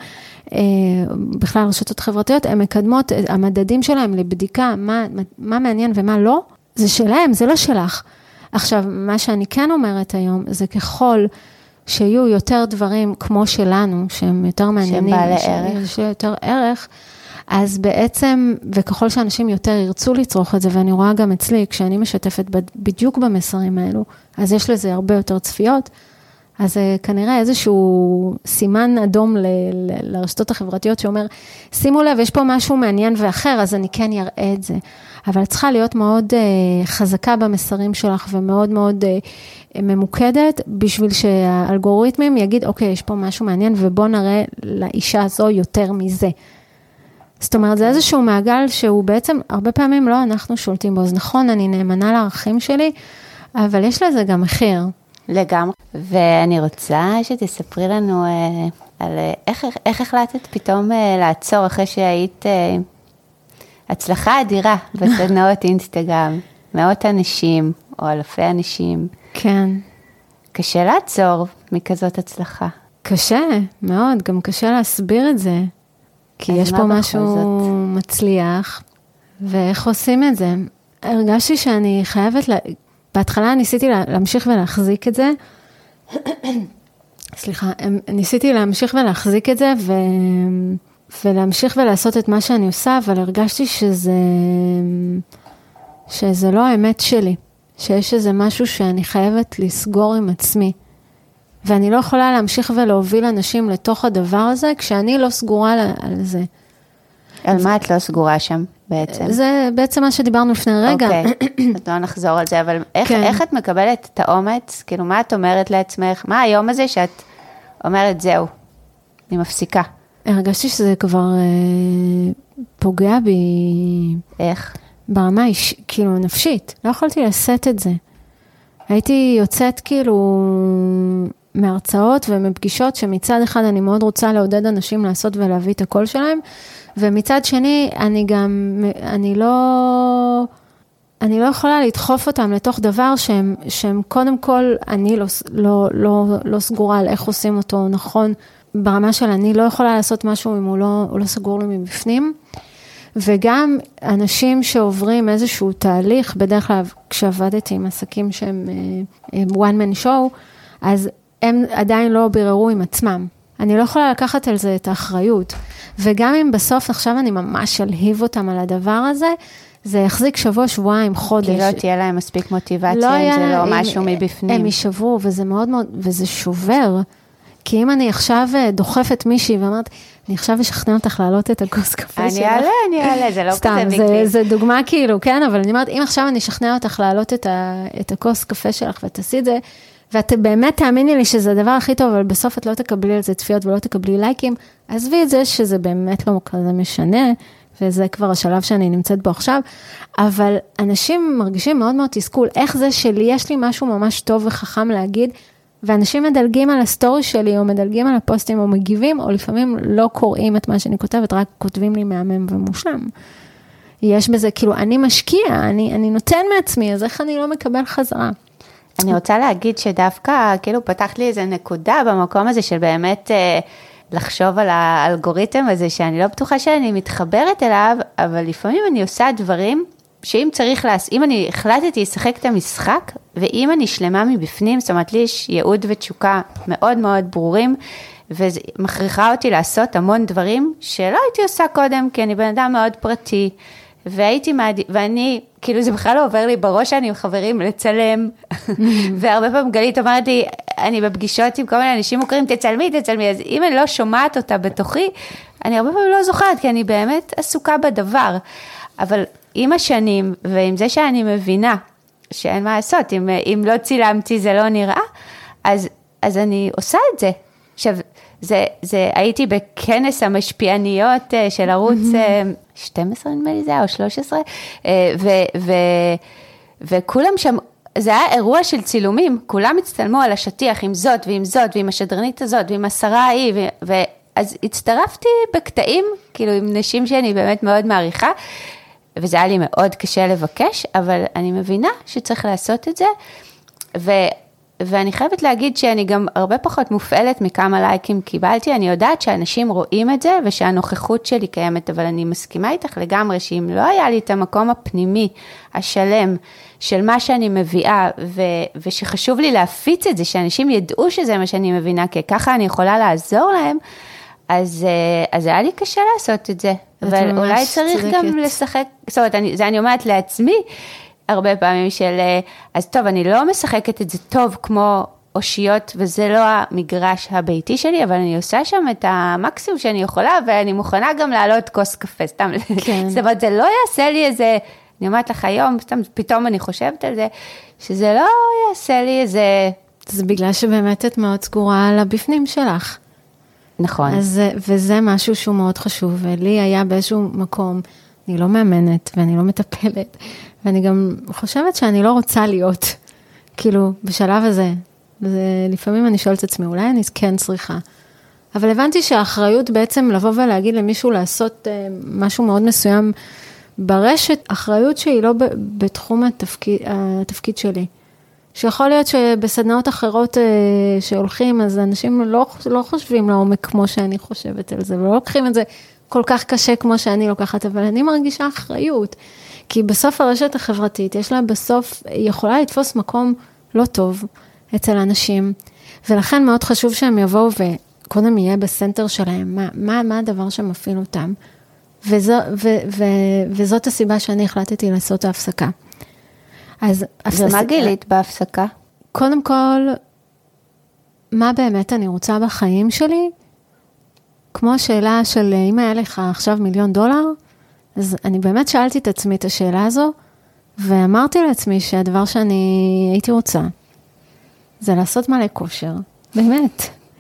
S2: בכלל רשתות חברתיות, הן מקדמות, המדדים שלהם לבדיקה, מה, מה מעניין ומה לא, זה שלהם, זה לא שלך. עכשיו, מה שאני כן אומרת היום, זה ככל שיהיו יותר דברים כמו שלנו, שהם יותר מעניינים,
S1: שהם בעלי ערך.
S2: שיהיו יותר ערך, אז בעצם, וככל שאנשים יותר ירצו לצרוך את זה, ואני רואה גם אצלי, כשאני משתפת בדיוק במסרים האלו, אז יש לזה הרבה יותר צפיות, אז זה כנראה איזשהו סימן אדום ל- ל- לרשתות החברתיות שאומר, שימו לב, יש פה משהו מעניין ואחר, אז אני כן אראה את זה. אבל צריכה להיות מאוד uh, חזקה במסרים שלך, ומאוד מאוד uh, ממוקדת, בשביל שהאלגוריתמים יגיד, אוקיי, יש פה משהו מעניין, ובוא נראה לאישה הזו יותר מזה. זאת אומרת, זה איזשהו מעגל שהוא בעצם, הרבה פעמים לא אנחנו שולטים בו, אז נכון, אני נאמנה לערכים שלי, אבל יש לזה גם מחיר.
S1: לגמרי. ואני רוצה שתספרי לנו אה, על איך, איך החלטת פתאום אה, לעצור אחרי שהיית אה, הצלחה אדירה בסדנאות אינסטגרם, מאות אנשים או אלפי אנשים.
S2: כן.
S1: קשה לעצור מכזאת הצלחה.
S2: קשה, מאוד, גם קשה להסביר את זה. כי יש פה משהו זאת? מצליח, ואיך עושים את זה? הרגשתי שאני חייבת, לה... בהתחלה ניסיתי לה... להמשיך ולהחזיק את זה, סליחה, ניסיתי להמשיך ולהחזיק את זה, ו... ולהמשיך ולעשות את מה שאני עושה, אבל הרגשתי שזה, שזה לא האמת שלי, שיש איזה משהו שאני חייבת לסגור עם עצמי, ואני לא יכולה להמשיך ולהוביל אנשים לתוך הדבר הזה, כשאני לא סגורה על זה.
S1: על מה את לא סגורה שם בעצם?
S2: זה בעצם מה שדיברנו לפני רגע.
S1: אוקיי, אז לא נחזור על זה, אבל איך,
S2: כן.
S1: איך את מקבלת את האומץ? כאילו, מה את אומרת לעצמך? מה היום הזה שאת אומרת, זהו, אני מפסיקה?
S2: הרגשתי שזה כבר אה, פוגע בי...
S1: איך?
S2: ברמה איש, כאילו נפשית. לא יכולתי לשאת את זה. הייתי יוצאת כאילו... מהרצאות ומפגישות שמצד אחד אני מאוד רוצה לעודד אנשים לעשות ולהביא את הקול שלהם, ומצד שני אני גם, אני לא, אני לא יכולה לדחוף אותם לתוך דבר שהם, שהם קודם כל, אני לא, לא, לא, לא סגורה על איך עושים אותו נכון, ברמה של אני לא יכולה לעשות משהו אם הוא לא, הוא לא סגור לי מבפנים, וגם אנשים שעוברים איזשהו תהליך, בדרך כלל כשעבדתי עם עסקים שהם one man show, אז הם עדיין לא ביררו עם עצמם. אני לא יכולה לקחת על זה את האחריות. וגם אם בסוף עכשיו אני ממש אלהיב אותם על הדבר הזה, זה יחזיק שבוע, שבועיים, חודש.
S1: כי לא תהיה להם מספיק מוטיבציה, אם זה לא משהו מבפנים.
S2: הם יישברו, וזה מאוד מאוד, וזה שובר. כי אם אני עכשיו דוחפת מישהי ואמרת, אני עכשיו אשכנע אותך להעלות את הכוס קפה שלך.
S1: אני אעלה, אני אעלה, זה לא כזה
S2: ביקלי. סתם, זה דוגמה כאילו, כן, אבל אני אומרת, אם עכשיו אני אשכנע אותך להעלות את הכוס קפה שלך ותעשי את זה, ואת באמת תאמיני לי שזה הדבר הכי טוב, אבל בסוף את לא תקבלי על זה צפיות ולא תקבלי לייקים, עזבי את זה שזה באמת לא כזה משנה, וזה כבר השלב שאני נמצאת בו עכשיו, אבל אנשים מרגישים מאוד מאוד תסכול, איך זה שלי יש לי משהו ממש טוב וחכם להגיד, ואנשים מדלגים על הסטורי שלי, או מדלגים על הפוסטים, או מגיבים, או לפעמים לא קוראים את מה שאני כותבת, רק כותבים לי מהמם ומושלם. יש בזה, כאילו, אני משקיע, אני, אני נותן מעצמי, אז איך אני לא מקבל חזרה?
S1: אני רוצה להגיד שדווקא, כאילו, פתחת לי איזה נקודה במקום הזה של באמת אה, לחשוב על האלגוריתם הזה, שאני לא בטוחה שאני מתחברת אליו, אבל לפעמים אני עושה דברים, שאם צריך לעשות, אם אני החלטתי לשחק את המשחק, ואם אני שלמה מבפנים, זאת אומרת לי יש ייעוד ותשוקה מאוד מאוד ברורים, ומכריחה אותי לעשות המון דברים, שלא הייתי עושה קודם, כי אני בן אדם מאוד פרטי, והייתי מעדיף, ואני, כאילו זה בכלל לא עובר לי בראש, אני עם חברים לצלם, והרבה פעמים גלית אומרת לי, אני בפגישות עם כל מיני אנשים מוכרים, תצלמי, תצלמי, אז אם אני לא שומעת אותה בתוכי, אני הרבה פעמים לא זוכרת, כי אני באמת עסוקה בדבר, אבל עם השנים, ועם זה שאני מבינה, שאין מה לעשות, אם, אם לא צילמתי זה לא נראה, אז, אז אני עושה את זה. עכשיו, זה, זה, הייתי בכנס המשפיעניות של ערוץ שתים עשרה, נדמה לי זה היה, או שלוש עשרה, ו, ו, וכולם שם, זה היה אירוע של צילומים, כולם הצטלמו על השטיח עם זאת ועם זאת, ועם השדרנית הזאת, ועם השרה ההיא, ו, ואז הצטרפתי בקטעים, כאילו עם נשים שאני באמת מאוד מעריכה, וזה היה לי מאוד קשה לבקש, אבל אני מבינה שצריך לעשות את זה, ואני חייבת להגיד שאני גם הרבה פחות מופעלת מכמה לייקים קיבלתי, אני יודעת שאנשים רואים את זה, ושהנוכחות שלי קיימת, אבל אני מסכימה איתך לגמרי, שאם לא היה לי את המקום הפנימי, השלם, של מה שאני מביאה, ו- ושחשוב לי להפיץ את זה, שאנשים ידעו שזה מה שאני מבינה, כי ככה אני יכולה לעזור להם, אז, אז היה לי קשה לעשות את זה. אבל אולי צריך צדקת. גם לשחק, זאת אומרת, אני, זה אני אומרת לעצמי, הרבה פעמים של, אז טוב, אני לא משחקת את זה טוב כמו אושיות, וזה לא המגרש הביתי שלי, אבל אני עושה שם את המקסימום שאני יכולה, ואני מוכנה גם לעלות כוס קפה, סתם. כן. זאת אומרת, זה לא יעשה לי איזה, אני אומרת לך היום, סתם, פתאום אני חושבת על זה, שזה לא יעשה לי איזה...
S2: זה בגלל שבאמת את מאוד סגורה על הבפנים שלך.
S1: נכון.
S2: אז, וזה משהו שהוא מאוד חשוב, ולי היה באיזשהו מקום, אני לא מאמנת, ואני לא מטפלת, ואני גם חושבת שאני לא רוצה להיות, כאילו, בשלב הזה. לפעמים אני שואלת את עצמי, אולי אני כן צריכה. אבל הבנתי שהאחריות בעצם לבוא ולהגיד למישהו לעשות משהו מאוד מסוים ברשת, אחריות שהיא לא בתחום התפקיד, התפקיד שלי. שיכול להיות שבסדנאות אחרות שהולכים, אז אנשים לא, לא חושבים לעומק כמו שאני חושבת על זה, ולא לוקחים את זה כל כך קשה כמו שאני לוקחת, אבל אני מרגישה אחריות. כי בסוף הרשת החברתית, יש לה בסוף, היא יכולה לתפוס מקום לא טוב אצל אנשים, ולכן מאוד חשוב שהם יבואו וקודם יהיה בסנטר שלהם, מה, מה, מה הדבר שמפעיל אותם, וזו, ו, ו, וזאת הסיבה שאני החלטתי לעשות ההפסקה. אז,
S1: ומה גילית בהפסקה?
S2: קודם כל, מה באמת אני רוצה בחיים שלי? כמו השאלה של, אם היה לך עכשיו מיליון דולר, אז אני באמת שאלתי את עצמי את השאלה הזו, ואמרתי לעצמי שהדבר שאני הייתי רוצה, זה לעשות מלא כושר, באמת.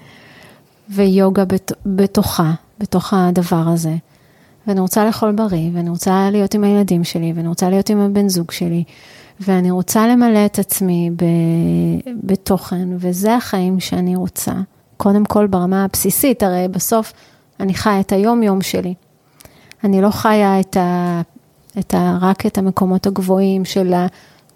S2: ויוגה בת, בתוכה, בתוך הדבר הזה. ואני רוצה לאכול בריא, ואני רוצה להיות עם הילדים שלי, ואני רוצה להיות עם הבן זוג שלי, ואני רוצה למלא את עצמי ב, בתוכן, וזה החיים שאני רוצה. קודם כל ברמה הבסיסית, הרי בסוף אני חיה את היום יום שלי. אני לא חיה את ה, את ה, רק את המקומות הגבוהים של ה,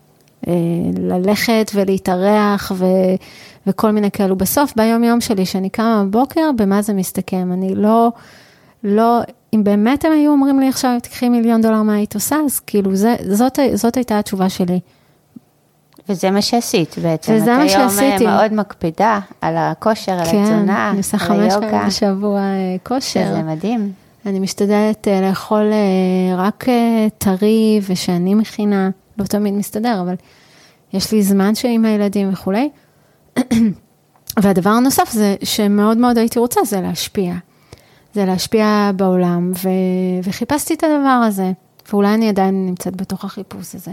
S2: ללכת ולהתארח ו, וכל מיני כאלו. בסוף ביום יום שלי, שאני קמה בבוקר, במה זה מסתכם? אני לא, לא, אם באמת הם היו אומרים לי עכשיו, תקחי מיליון דולר מה היית עושה, אז כאילו זה, זאת, זאת הייתה התשובה שלי.
S1: וזה מה שעשית בעצם.
S2: וזה מה שעשיתי.
S1: את היום מאוד מקפידה על הכושר, על
S2: כן,
S1: התזונה,
S2: על היוגה. אני עושה חמש פעמים בשבוע כושר.
S1: זה מדהים.
S2: אני משתדלת לאכול רק טרי ושאני מכינה, לא תמיד מסתדר, אבל יש לי זמן שעם הילדים וכולי. והדבר הנוסף זה שמאוד מאוד הייתי רוצה, זה להשפיע. זה להשפיע בעולם, ו... וחיפשתי את הדבר הזה, ואולי אני עדיין נמצאת בתוך החיפוש הזה.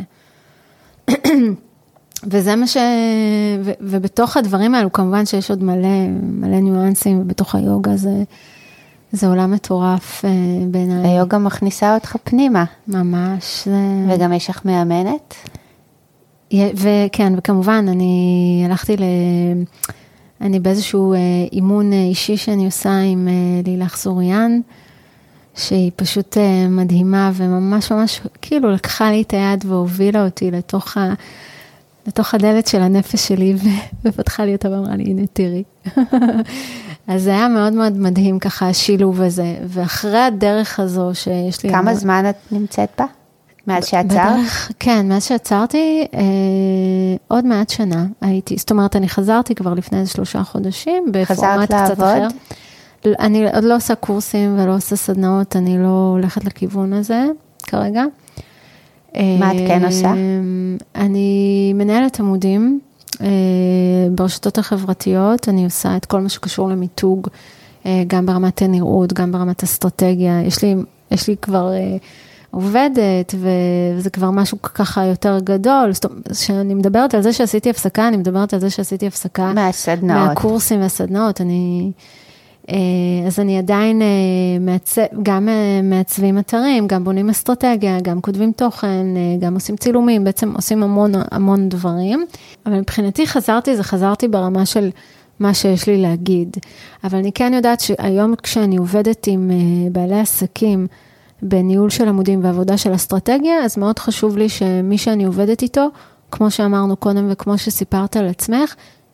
S2: וזה מה ש... ו... ובתוך הדברים האלו, כמובן שיש עוד מלא, מלא ניואנסים, ובתוך היוגה זה, זה עולם מטורף בעיניי.
S1: היוגה מכניסה אותך פנימה.
S2: ממש. זה...
S1: וגם יש לך מאמנת?
S2: וכן, וכמובן, אני הלכתי ל... אני באיזשהו אימון אישי שאני עושה עם לילך סוריאן, שהיא פשוט מדהימה וממש ממש כאילו לקחה לי את היד והובילה אותי לתוך, ה, לתוך הדלת של הנפש שלי ופתחה לי אותה ואמרה לי, הנה תראי. אז זה היה מאוד מאוד מדהים ככה השילוב הזה, ואחרי הדרך הזו שיש לי...
S1: כמה המון... זמן את נמצאת בה? מאז שעצרת?
S2: בדרך, כן, מאז שעצרתי, אה, עוד מעט שנה הייתי, זאת אומרת, אני חזרתי כבר לפני איזה שלושה חודשים, בפורמט קצת אחר. אני עוד לא עושה קורסים ולא עושה סדנאות, אני לא הולכת לכיוון הזה כרגע.
S1: מה את כן עושה?
S2: אני מנהלת עמודים אה, ברשתות החברתיות, אני עושה את כל מה שקשור למיתוג, אה, גם ברמת הנראות, גם ברמת אסטרטגיה, יש לי, יש לי כבר... אה, עובדת, וזה כבר משהו ככה יותר גדול, שאני מדברת על זה שעשיתי הפסקה, אני מדברת על זה שעשיתי הפסקה,
S1: מהסדנאות.
S2: מהקורסים והסדנאות, אני, אז אני עדיין מעצב, גם מעצבים אתרים, גם בונים אסטרטגיה, גם כותבים תוכן, גם עושים צילומים, בעצם עושים המון, המון דברים, אבל מבחינתי חזרתי, זה חזרתי ברמה של מה שיש לי להגיד, אבל אני כן יודעת שהיום כשאני עובדת עם בעלי עסקים, בניהול של עמודים ועבודה של אסטרטגיה, אז מאוד חשוב לי שמי שאני עובדת איתו, כמו שאמרנו קודם וכמו שסיפרת על עצמך,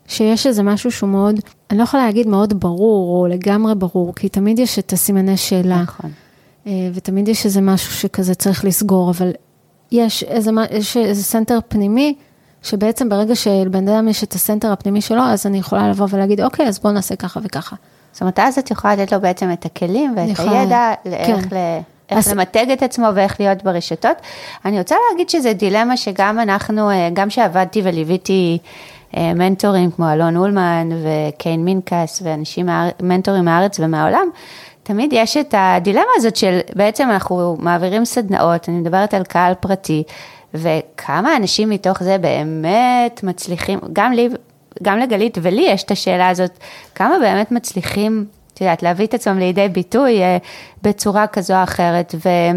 S2: שיש איזה משהו שהוא מאוד, אני לא יכולה להגיד מאוד ברור, או לגמרי ברור, כי תמיד יש את הסימני שאלה.
S1: נכון.
S2: ותמיד יש איזה משהו שכזה צריך לסגור, אבל יש איזה, יש איזה סנטר פנימי, שבעצם ברגע שלבן אדם יש את הסנטר הפנימי שלו, אז אני יכולה לבוא ולהגיד, אוקיי, אז בואו נעשה ככה וככה.
S1: זאת אומרת, אז את יכולה לתת לו בעצם את הכלים ואת
S2: יכולה,
S1: הידע, לאיך
S2: כן.
S1: ל... איך אז... למתג את עצמו ואיך להיות ברשתות. אני רוצה להגיד שזה דילמה שגם אנחנו, גם שעבדתי וליוויתי מנטורים כמו אלון אולמן וקיין מינקס ואנשים, מנטורים מהארץ ומהעולם, תמיד יש את הדילמה הזאת של בעצם אנחנו מעבירים סדנאות, אני מדברת על קהל פרטי, וכמה אנשים מתוך זה באמת מצליחים, גם לי, גם לגלית ולי יש את השאלה הזאת, כמה באמת מצליחים, את יודעת, להביא את עצמם לידי ביטוי בצורה כזו או אחרת,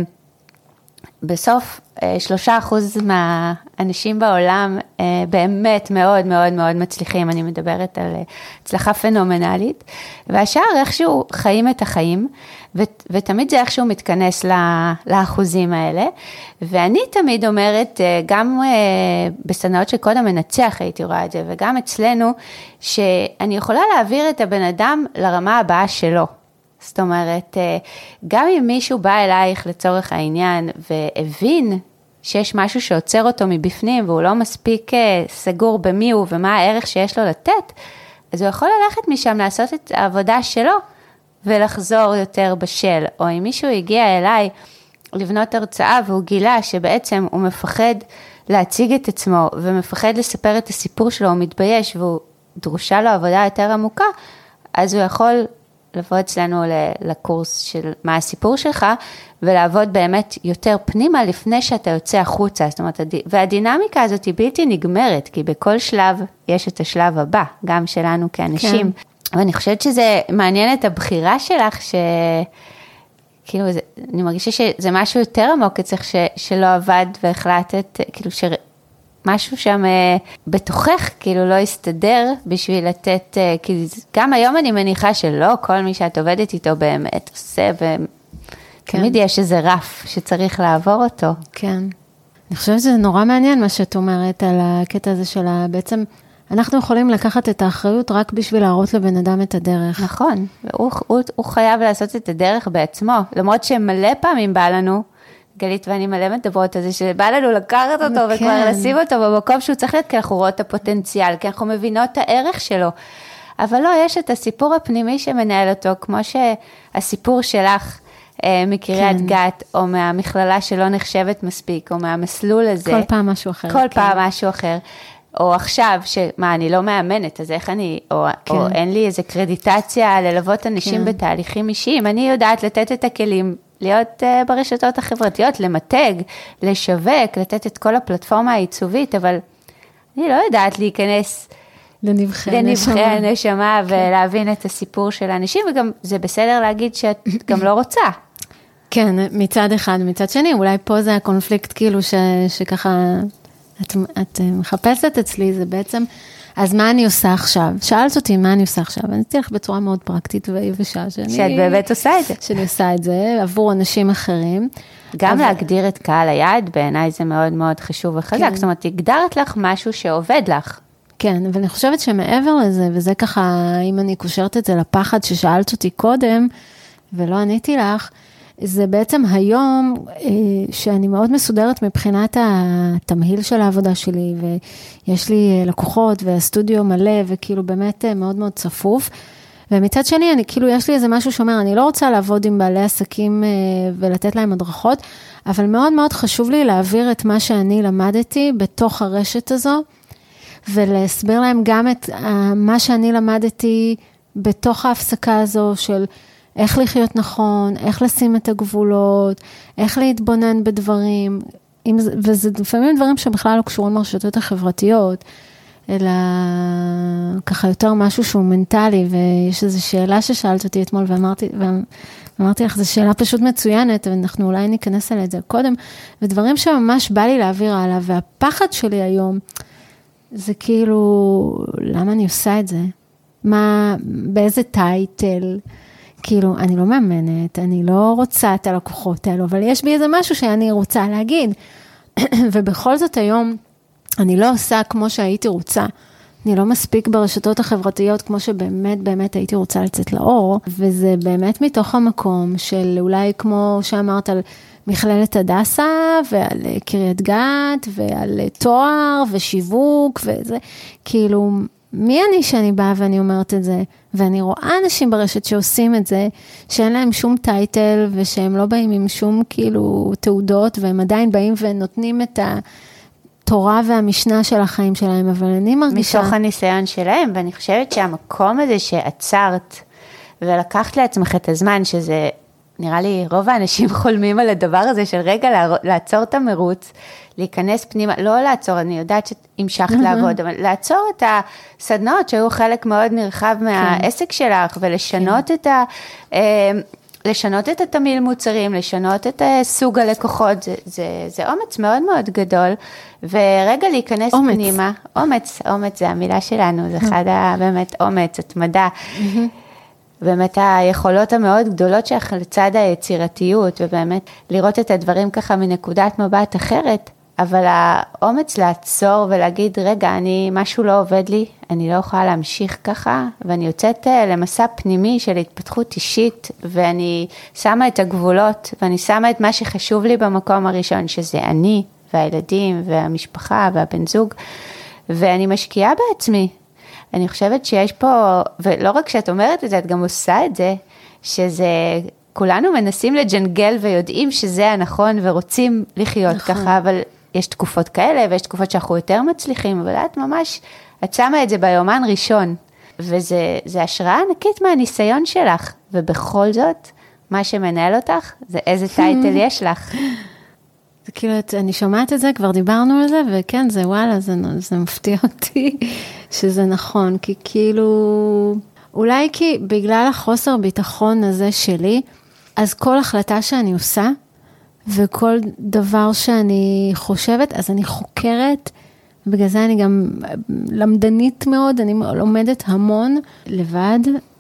S1: ובסוף שלושה אחוז מהאנשים בעולם באמת מאוד מאוד מאוד מצליחים, אני מדברת על הצלחה פנומנלית, והשאר איכשהו חיים את החיים, ותמיד זה איכשהו מתכנס לאחוזים האלה, ואני תמיד אומרת, גם בסדנאות של קוד המנצח הייתי רואה את זה, וגם אצלנו, שאני יכולה להעביר את הבן אדם לרמה הבאה שלו. זאת אומרת, גם אם מישהו בא אלייך לצורך העניין, והבין שיש משהו שעוצר אותו מבפנים, והוא לא מספיק סגור במי הוא ומה הערך שיש לו לתת, אז הוא יכול ללכת משם לעשות את העבודה שלו, ולחזור יותר בשל. או אם מישהו הגיע אליי לבנות הרצאה, והוא גילה שבעצם הוא מפחד להציג את עצמו, ומפחד לספר את הסיפור שלו, הוא מתבייש, והוא דרושה לו עבודה יותר עמוקה, אז הוא יכול לבוא אצלנו לקורס של מה הסיפור שלך, ולעבוד באמת יותר פנימה לפני שאתה יוצא החוצה. זאת אומרת, והדינמיקה הזאת היא בלתי נגמרת, כי בכל שלב יש את השלב הבא, גם שלנו כאנשים. כן. ואני חושבת שזה מעניין את הבחירה שלך, ש... כאילו, זה, אני מרגישה שזה משהו יותר עמוק אצלך ש... שלא עבד והחלטת, כאילו, ש... משהו שם בתוכך, כאילו לא יסתדר בשביל לתת, כי גם היום אני מניחה שלא כל מי שאת עובדת איתו באמת עושה, ותמיד כן. יש איזה רף שצריך לעבור אותו. כן.
S2: אני חושבת שזה נורא מעניין מה שאת אומרת על הקטע הזה של בעצם, אנחנו יכולים לקחת את האחריות רק בשביל להראות לבן אדם את הדרך.
S1: נכון, הוא, הוא, הוא חייב לעשות את הדרך בעצמו, למרות שמלא פעמים בא לנו, גלית ואני מלא מדברות על זה, שבא לנו לקחת אותו כן. וכבר לשים אותו במקום שהוא צריך להיות, כי אנחנו רואות את הפוטנציאל, כי אנחנו מבינות את הערך שלו. אבל לא, יש את הסיפור הפנימי שמנהל אותו, כמו שהסיפור שלך אה, מקריית כן. גת, או מהמכללה שלא נחשבת מספיק, או מהמסלול הזה.
S2: כל פעם משהו אחר.
S1: כל כן. פעם משהו אחר. או עכשיו, שמה, אני לא מאמנת, אז איך אני, או, כן. או אין לי איזה קרדיטציה ללוות אנשים כן. בתהליכים אישיים, אני יודעת לתת את הכלים, להיות uh, ברשתות החברתיות, למתג, לשווק, לתת את כל הפלטפורמה העיצובית, אבל אני לא יודעת להיכנס
S2: לנבחי
S1: הנשמה ולהבין את הסיפור של האנשים, וגם זה בסדר להגיד שאת גם לא רוצה.
S2: כן, מצד אחד, מצד שני, אולי פה זה הקונפליקט כאילו ש, שככה את, את מחפשת אצלי, זה בעצם, אז מה אני עושה עכשיו? שאלת אותי מה אני עושה עכשיו, אני אצליח בצורה מאוד פרקטית ויבשה, שאני,
S1: שאת באמת עושה את זה.
S2: שאני עושה את זה עבור אנשים אחרים.
S1: גם אבל... להגדיר את קהל היעד, בעיניי זה מאוד מאוד חשוב וחזק, כן. זאת אומרת, הגדרת לך משהו שעובד לך.
S2: כן, אבל אני חושבת שמעבר לזה, וזה ככה, אם אני קושרת את זה לפחד ששאלת אותי קודם, ולא עניתי לך, זה בעצם היום שאני מאוד מסודרת מבחינת התמהיל של העבודה שלי, ויש לי לקוחות והסטודיו מלא, וכאילו באמת מאוד מאוד צפוף, ומצד שני, אני, כאילו יש לי איזה משהו שאומר, אני לא רוצה לעבוד עם בעלי עסקים ולתת להם הדרכות, אבל מאוד מאוד חשוב לי להעביר את מה שאני למדתי בתוך הרשת הזו, ולהסביר להם גם את מה שאני למדתי בתוך ההפסקה הזו של איך לחיות נכון, איך לשים את הגבולות, איך להתבונן בדברים, וזה לפעמים דברים שבכלל לא קשורים לרשתות החברתיות, אלא ככה יותר משהו שהוא מנטלי, ויש איזו שאלה ששאלת אותי אתמול, ואמרתי, ואמרתי לך, זו שאלה פשוט מצוינת, ואנחנו אולי ניכנס על זה קודם, ודברים שממש בא לי להעביר הלאה, והפחד שלי היום, זה כאילו, למה אני עושה את זה? מה, באיזה טייטל? כאילו, אני לא מאמנת, אני לא רוצה את הלקוחות האלו, אבל יש בי איזה משהו שאני רוצה להגיד. ובכל זאת היום, אני לא עושה כמו שהייתי רוצה. אני לא מספיק ברשתות החברתיות, כמו שבאמת באמת הייתי רוצה לצאת לאור, וזה באמת מתוך המקום של אולי כמו שאמרת על מכללת הדסה, ועל קריית גת, ועל תואר, ושיווק, וזה, כאילו, מי אני שאני באה ואני אומרת את זה, ואני רואה אנשים ברשת שעושים את זה, שאין להם שום טייטל, ושהם לא באים עם שום כאילו תעודות, והם עדיין באים ונותנים את התורה והמשנה של החיים שלהם, אבל אני מרגישה...
S1: מתוך הניסיון שלהם, ואני חושבת שהמקום הזה שעצרת, ולקחת לעצמך את הזמן, שזה נראה לי רוב האנשים חולמים על הדבר הזה, של רגע לעצור את המרוץ, להיכנס פנימה, לא לעצור, אני יודעת שהמשכת לעבוד, אבל לעצור את הסדנאות שהיו חלק מאוד נרחב מהעסק שלך, ולשנות את ה... לשנות את התמיל מוצרים, לשנות את סוג הלקוחות, זה, זה, זה אומץ מאוד מאוד גדול, ורגע להיכנס אומץ. פנימה, אומץ, אומץ זה המילה שלנו, זה אחד באמת אומץ, התמדה, באמת היכולות המאוד גדולות שלך לצד היצירתיות, ובאמת לראות את הדברים ככה מנקודת מבט אחרת, אבל האומץ לעצור ולהגיד, רגע, אני, משהו לא עובד לי, אני לא יכולה להמשיך ככה, ואני יוצאת למסע פנימי של התפתחות אישית, ואני שמה את הגבולות, ואני שמה את מה שחשוב לי במקום הראשון, שזה אני, והילדים, והמשפחה, והבן זוג, ואני משקיעה בעצמי. אני חושבת שיש פה, ולא רק שאת אומרת את זה, את גם עושה את זה, שזה... כולנו מנסים לג'נגל ויודעים שזה הנכון ורוצים לחיות נכון. ככה, אבל יש תקופות כאלה ויש תקופות שאנחנו יותר מצליחים, אבל את ממש, את שמה את זה ביומן ראשון, וזה זה השראה ענקית מהניסיון שלך, ובכל זאת, מה שמנהל אותך, זה איזה טייטל יש לך.
S2: זה כאילו, אני שומעת את זה, כבר דיברנו על זה, וכן, זה וואלה, זה, זה מפתיע אותי שזה נכון, כי כאילו, אולי כי בגלל החוסר ביטחון הזה שלי, אז כל החלטה שאני עושה, וכל דבר שאני חושבת, אז אני חוקרת, בגלל זה אני גם למדנית מאוד, אני לומדת המון לבד,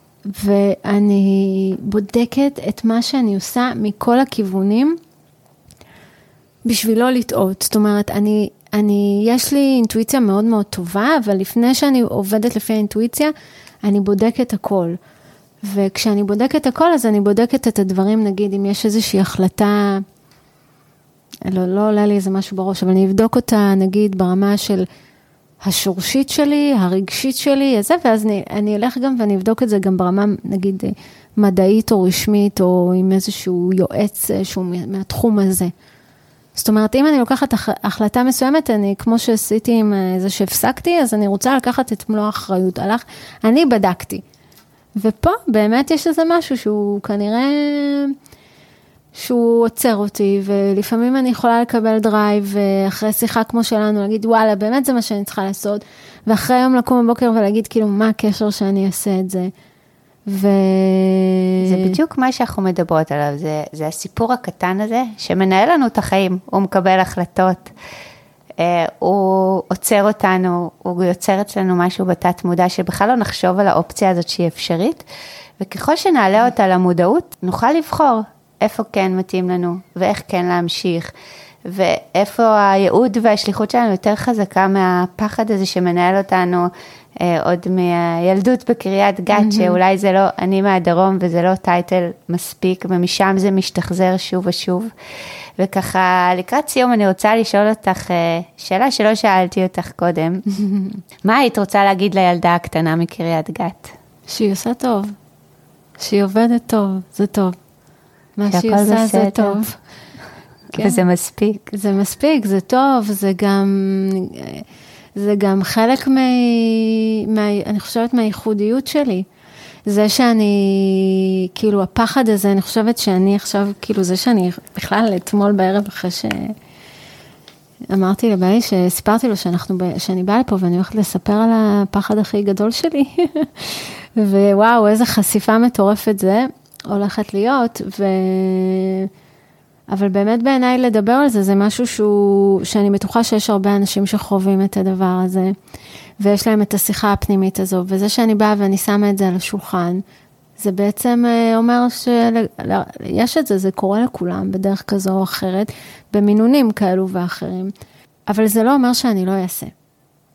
S2: ואני בודקת את מה שאני עושה מכל הכיוונים, בשביל לא לטעות. זאת אומרת, אני, אני, יש לי אינטואיציה מאוד מאוד טובה, אבל לפני שאני עובדת לפי האינטואיציה, אני בודקת הכל. וכשאני בודקת הכל, אז אני בודקת את הדברים, נגיד, אם יש איזושהי החלטה, לא, לא עולה לי איזה משהו בראש, אבל אני אבדוק אותה, נגיד, ברמה של השורשית שלי, הרגשית שלי, אז זה, ואז אני, אני אלך גם ואני אבדוק את זה גם ברמה, נגיד, מדעית או רשמית, או עם איזשהו יועץ שהוא מהתחום הזה. זאת אומרת, אם אני לוקחת החלטה מסוימת, אני, כמו שעשיתי עם זה שהפסקתי, אז אני רוצה לקחת את מלוא האחריות עליך. אני בדקתי. ופה באמת יש איזה משהו שהוא כנראה, שהוא עוצר אותי, ולפעמים אני יכולה לקבל דרייב, ואחרי שיחה כמו שלנו, להגיד, וואלה, באמת זה מה שאני צריכה לעשות, ואחרי יום לקום בבוקר ולהגיד, כאילו, מה הקשר שאני אעשה את זה? ו...
S1: זה בדיוק מה שאנחנו מדברות עליו, זה, זה הסיפור הקטן הזה, שמנהל לנו את החיים, הוא מקבל החלטות, אה, הוא עוצר אותנו, הוא יוצר אצלנו משהו בתת מודע, שבכלל לא נחשוב על האופציה הזאת שהיא אפשרית, וככל שנעלה אותה למודעות, נוכל לבחור איפה כן מתאים לנו, ואיך כן להמשיך, ואיפה הייעוד והשליחות שלנו יותר חזקה מהפחד הזה שמנהל אותנו, עוד מהילדות בקריית גת, mm-hmm. שאולי זה לא, אני מהדרום, וזה לא טייטל מספיק, ומשם זה משתחזר שוב ושוב. וככה, לקראת סיום, אני רוצה לשאול אותך, שאלה שלא שאלתי אותך קודם, מה היית רוצה להגיד לילדה הקטנה מקריית גת?
S2: שהיא עושה טוב, שהיא עובדת טוב, זה טוב. מה שהיא עושה זה טוב.
S1: כן. וזה מספיק.
S2: זה מספיק, זה טוב, זה גם... זה גם חלק מה, מה, אני חושבת מהייחודיות שלי. זה שאני, כאילו הפחד הזה, אני חושבת שאני עכשיו, כאילו זה שאני בכלל אתמול בערב אחרי שאמרתי לבעלי, שסיפרתי לו שאנחנו, שאני באה לפה ואני הולכת לספר על הפחד הכי גדול שלי. ווואו, איזה חשיפה מטורפת זה הולכת להיות. ו... אבל באמת בעיניי לדבר על זה, זה משהו שהוא, שאני בטוחה שיש הרבה אנשים שחווים את הדבר הזה, ויש להם את השיחה הפנימית הזו, וזה שאני באה ואני שמה את זה על השולחן, זה בעצם אומר שיש את זה, זה קורה לכולם בדרך כזו או אחרת, במינונים כאלו ואחרים, אבל זה לא אומר שאני לא אעשה.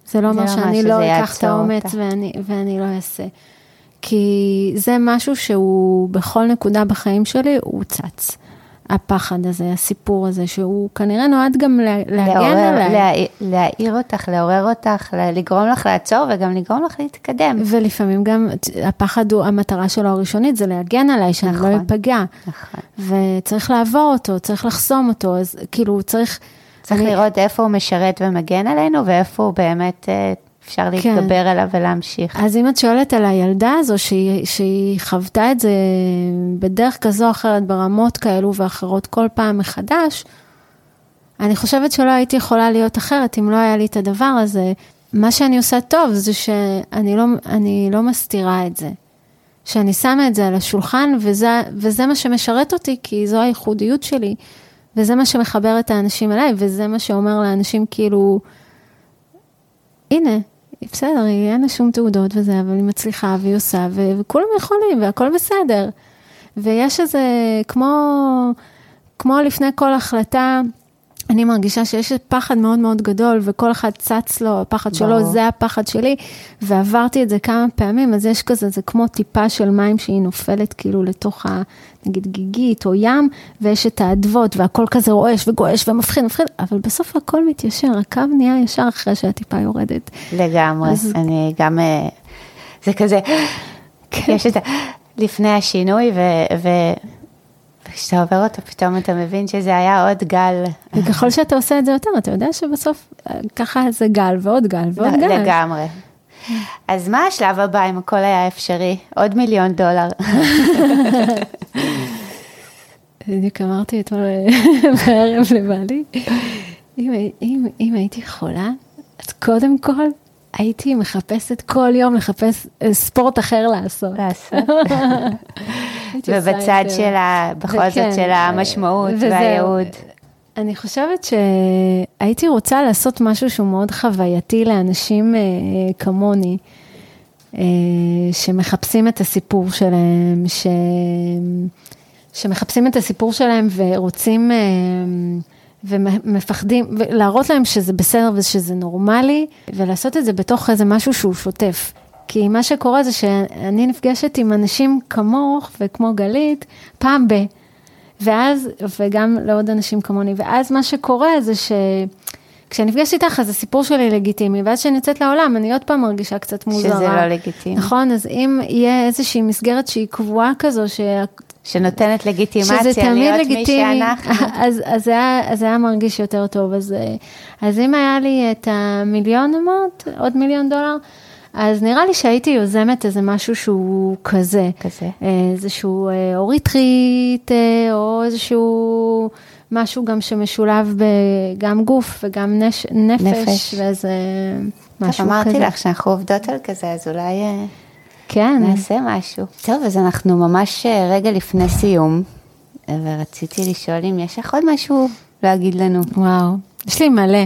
S2: זה לא אומר שאני לא אקח את האומץ ואני, ואני לא אעשה. כי זה משהו שהוא בכל נקודה בחיים שלי, הוא צץ. הפחד הזה, הסיפור הזה, שהוא כנראה נועד גם להגן עליי.
S1: להעיר אותך, לעורר אותך, לגרום לך לעצור, וגם לגרום לך להתקדם.
S2: ולפעמים גם הפחד הוא, המטרה שלו הראשונית, זה להגן עליי, שאני לא אפגע. נכון. וצריך לעבור אותו, צריך לחסום אותו, אז כאילו צריך...
S1: צריך לראות איפה הוא משרת ומגן עלינו, ואיפה הוא באמת... אפשר להתגבר עליו ולהמשיך.
S2: אז אם את שואלת על הילדה הזו, שהיא, שהיא חוותה את זה בדרך כזו או אחרת, ברמות כאלו ואחרות כל פעם מחדש, אני חושבת שלא הייתי יכולה להיות אחרת, אם לא היה לי את הדבר הזה. מה שאני עושה טוב, זה שאני לא, אני לא מסתירה את זה. שאני שמה את זה על השולחן, וזה, וזה מה שמשרת אותי, כי זו הייחודיות שלי, וזה מה שמחבר את האנשים אליי, וזה מה שאומר לאנשים כאילו, הנה, בסדר, אין לה שום תעודות וזה, אבל היא מצליחה והיא עושה, וכולם יכולים, והכל בסדר. ויש איזה, כמו, כמו לפני כל החלטה, אני מרגישה שיש פחד מאוד מאוד גדול, וכל אחד צץ לו, הפחד שלו, זה הפחד שלי, ועברתי את זה כמה פעמים, אז יש כזה, זה כמו טיפה של מים שהיא נופלת כאילו לתוך ה, נגיד גיגית או ים, ויש את העדבות, והכל כזה רועש וגועש ומפחיד, מפחיד, אבל בסוף הכל מתיישר, הקו נהיה ישר אחרי שהטיפה יורדת.
S1: לגמרי, אז... אני גם, זה כזה, כן. יש את ה... לפני השינוי, ו... ו... כשאתה עובר אותו, פתאום אתה מבין שזה היה עוד גל.
S2: וככל שאתה עושה את זה יותר, אתה יודע שבסוף ככה זה גל ועוד גל ועוד גל.
S1: לגמרי. אז מה השלב הבא אם הכל היה אפשרי? עוד מיליון דולר.
S2: בדיוק אמרתי אתמול בערב לבעלי, אם הייתי חולה, אז קודם כל הייתי מחפשת כל יום לחפש ספורט אחר לעשות.
S1: לעשות. ובצד של ה... בכל זאת של המשמעות והייעוד.
S2: אני חושבת שהייתי רוצה לעשות משהו שהוא מאוד חווייתי לאנשים כמוני, שמחפשים את הסיפור שלהם, ש... שמחפשים את הסיפור שלהם ורוצים... ומפחדים, ולהראות להם שזה בסדר ושזה נורמלי, ולעשות את זה בתוך איזה משהו שהוא שוטף. כי מה שקורה זה שאני נפגשת עם אנשים כמוך וכמו גלית, פעם ב, ואז, וגם לעוד אנשים כמוני, ואז מה שקורה זה שכשאני נפגשת איתך, אז הסיפור שלי לגיטימי, ואז שאני יוצאת לעולם, אני עוד פעם מרגישה קצת מוזרה.
S1: שזה לא לגיטימי.
S2: נכון, אז אם יהיה איזושהי מסגרת שהיא קבועה כזו, שה...
S1: שנותנת לגיטימציה להיות מי שאנחנו.
S2: אז, אז, זה היה, אז זה היה מרגיש יותר טוב. אז, אז אם היה לי את המיליון אמות, עוד מיליון דולר, אז נראה לי שהייתי יוזמת איזה משהו שהוא כזה. כזה. איזשהו אוריטריט, או איזשהו משהו גם שמשולב בגם גוף וגם נש, נפש. נפש. ואיזה משהו
S1: טוב, אמרתי
S2: כזה.
S1: לך שאנחנו עובדות על כזה, אז אולי...
S2: כן.
S1: נעשה משהו. טוב, אז אנחנו ממש רגע לפני סיום, ורציתי לשאול אם יש לך עוד משהו להגיד לנו.
S2: וואו, יש לי מלא.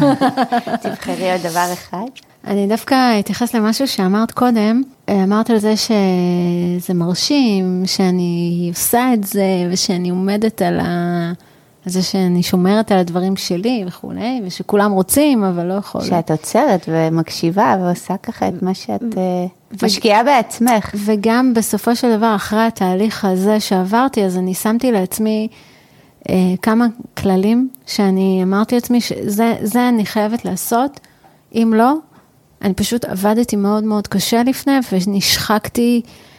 S1: תבחרי עוד דבר אחד.
S2: אני דווקא אתייחס למשהו שאמרת קודם, אמרת על זה שזה מרשים, שאני עושה את זה, ושאני עומדת על ה... זה שאני שומרת על הדברים שלי וכו', ושכולם רוצים, אבל לא יכולה.
S1: שאת עוצרת ומקשיבה ועושה ככה את מה שאת ו... משקיעה בעצמך.
S2: וגם בסופו של דבר, אחרי התהליך הזה שעברתי, אז אני שמתי לעצמי אה, כמה כללים, שאני אמרתי לעצמי, שזה זה אני חייבת לעשות, אם לא, אני פשוט עבדתי מאוד מאוד קשה לפני, ונשחקתי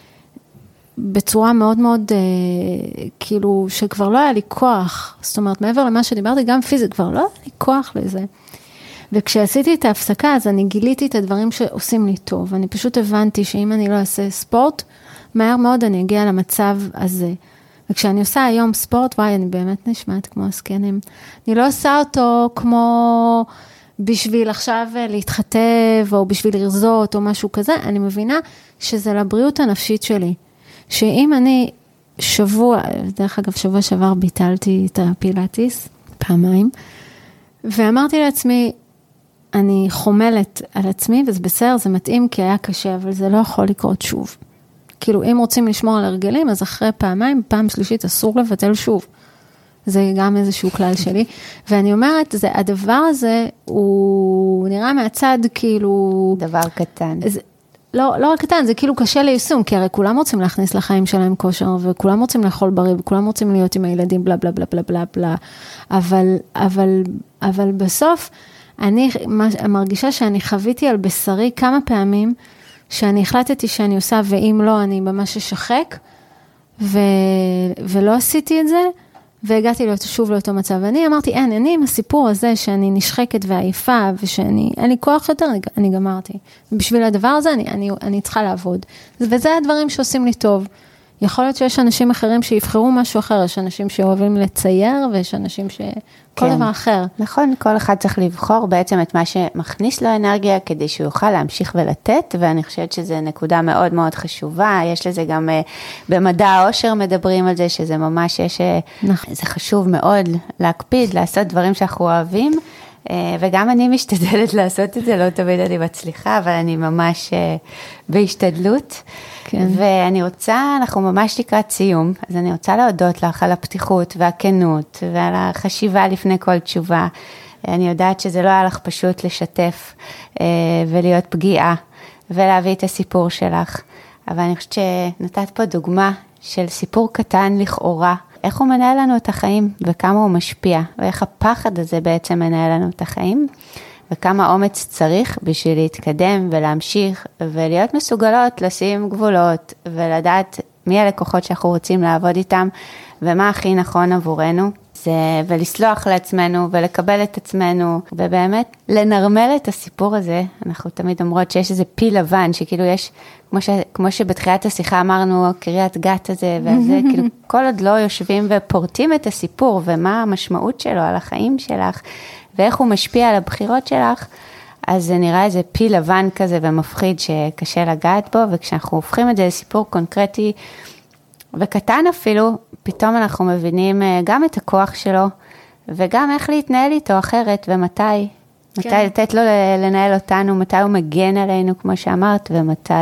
S2: בצורה מאוד מאוד, אה, כאילו, שכבר לא היה לי כוח, זאת אומרת, מעבר למה שדיברתי, גם פיזית, כבר לא היה לי כוח לזה. וכשעשיתי את ההפסקה, אז אני גיליתי את הדברים שעושים לי טוב. אני פשוט הבנתי שאם אני לא אעשה ספורט, מהר מאוד אני אגיע למצב הזה. וכשאני עושה היום ספורט, וואי, אני באמת נשמעת כמו הסקנים. אני לא עושה אותו כמו בשביל עכשיו להתחתב, או בשביל לרזות, או משהו כזה. אני מבינה שזה לבריאות הנפשית שלי. שאם אני שבוע, דרך אגב, שבוע שעבר ביטלתי את הפילאטיס, פעמיים, ואמרתי לעצמי, אני חומלת על עצמי, וזה בסדר, זה מתאים, כי היה קשה, אבל זה לא יכול לקרות שוב. כאילו, אם רוצים לשמור על הרגלים, אז אחרי פעמיים, פעם שלישית, אסור לבטל שוב. זה גם איזשהו כלל שלי, ואני אומרת, זה, הדבר הזה, הוא נראה מהצד כאילו...
S1: דבר קטן.
S2: זה, לא, לא רק קטן, זה כאילו קשה ליישום, כי הרי כולם רוצים להכניס לחיים שלהם כושר, וכולם רוצים לאכול בריא, וכולם רוצים להיות עם הילדים, בלה בלה בלה בלה בלה בלה, אבל, אבל, אבל בסוף, אני מרגישה שאני חוויתי על בשרי כמה פעמים, שאני החלטתי שאני עושה, ואם לא, אני ממש אשחק, ו, ולא עשיתי את זה, והגעתי להיות שוב לאותו מצב. ואני אמרתי, אין, אני עם הסיפור הזה, שאני נשחקת ועייפה, ושאני, אין לי כוח יותר, אני, אני גמרתי. ובשביל הדבר הזה, אני, אני, אני צריכה לעבוד. וזה הדברים שעושים לי טוב. יכול להיות שיש אנשים אחרים שיבחרו משהו אחר, יש אנשים שאוהבים לצייר, ויש אנשים ש... כל
S1: כן.
S2: דבר אחר.
S1: נכון, כל אחד צריך לבחור בעצם את מה שמכניס לו אנרגיה, כדי שהוא יוכל להמשיך ולתת, ואני חושבת שזו נקודה מאוד מאוד חשובה, יש לזה גם uh, במדע העושר מדברים על זה, שזה ממש יש, נכון. זה חשוב מאוד להקפיד, לעשות דברים שאנחנו אוהבים, uh, וגם אני משתדלת לעשות את זה, לא תמיד אני מצליחה, אבל אני ממש uh, בהשתדלות, כן. ואני רוצה, אנחנו ממש לקראת סיום, אז אני רוצה להודות לך על הפתיחות והכנות, ועל החשיבה לפני כל תשובה. אני יודעת שזה לא היה לך פשוט לשתף ולהיות פגיעה, ולהביא את הסיפור שלך, אבל אני חושבת שנתת פה דוגמה של סיפור קטן לכאורה, איך הוא מנהל לנו את החיים, וכמה הוא משפיע, ואיך הפחד הזה בעצם מנהל לנו את החיים, וכמה אומץ צריך בשביל להתקדם ולהמשיך, ולהיות מסוגלות לשים גבולות, ולדעת מי הלקוחות שאנחנו רוצים לעבוד איתם, ומה הכי נכון עבורנו, זה, ולסלוח לעצמנו, ולקבל את עצמנו, ובאמת לנרמל את הסיפור הזה. אנחנו תמיד אומרות שיש איזה פיל לבן, שכאילו יש, כמו, ש, כמו שבתחילת השיחה אמרנו, קריאת גת הזה, וזה, כאילו כל עוד לא יושבים ופורטים את הסיפור, ומה המשמעות שלו על החיים שלך, ואיך הוא משפיע על הבחירות שלך, אז זה נראה איזה פיל לבן כזה ומפחיד שקשה לגעת בו, וכשאנחנו הופכים את זה לסיפור קונקרטי וקטן אפילו, פתאום אנחנו מבינים גם את הכוח שלו, וגם איך להתנהל איתו אחרת, ומתי, כן. מתי לתת לו לנהל אותנו, מתי הוא מגן עלינו, כמו שאמרת, ומתי,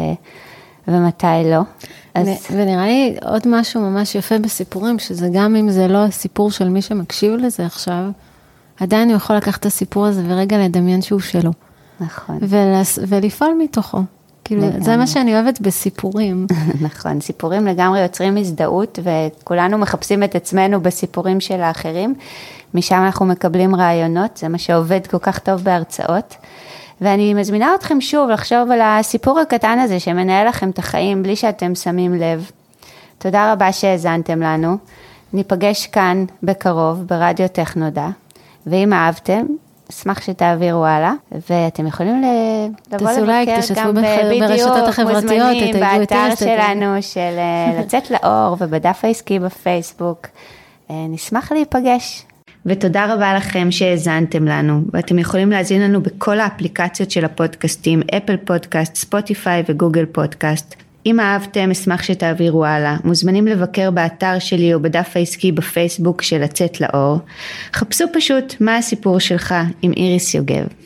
S1: ומתי לא. אז...
S2: ונראה לי עוד משהו ממש יפה בסיפורים, שזה גם אם זה לא הסיפור של מי שמקשיב לזה עכשיו, עדיין הוא יכול לקחת את הסיפור הזה ורגע לדמיין שהוא שלו.
S1: נכון.
S2: ולס... ולפעול מתוכו. כאילו, זה מה שאני אוהבת בסיפורים.
S1: נכון, סיפורים לגמרי יוצרים הזדהות, וכולנו מחפשים את עצמנו בסיפורים של האחרים, משם אנחנו מקבלים רעיונות, זה מה שעובד כל כך טוב בהרצאות, ואני מזמינה אתכם שוב לחשוב על הסיפור הקטן הזה, שמנהל לכם את החיים בלי שאתם שמים לב. תודה רבה שהאזנתם לנו, ניפגש כאן בקרוב ברדיו טכנודע, ואם אהבתם, אשמח שתעבירו הלאה, ואתם יכולים לבוא לבקר גם ברשתות החברתיות, מוזמנים באתר שלנו של לצאת לאור, ובדף העסקי בפייסבוק. נשמח להיפגש. ותודה רבה לכם שהאזנתם לנו, ואתם יכולים להזין לנו בכל האפליקציות של הפודקאסטים, אפל פודקאסט, ספוטיפיי וגוגל פודקאסט. אם אהבתם, אשמח שתעבירו הלאה. מוזמנים לבקר באתר שלי או בדף העסקי בפייסבוק של לצאת לאור. חפשו פשוט מה הסיפור שלך עם איריס יוגב.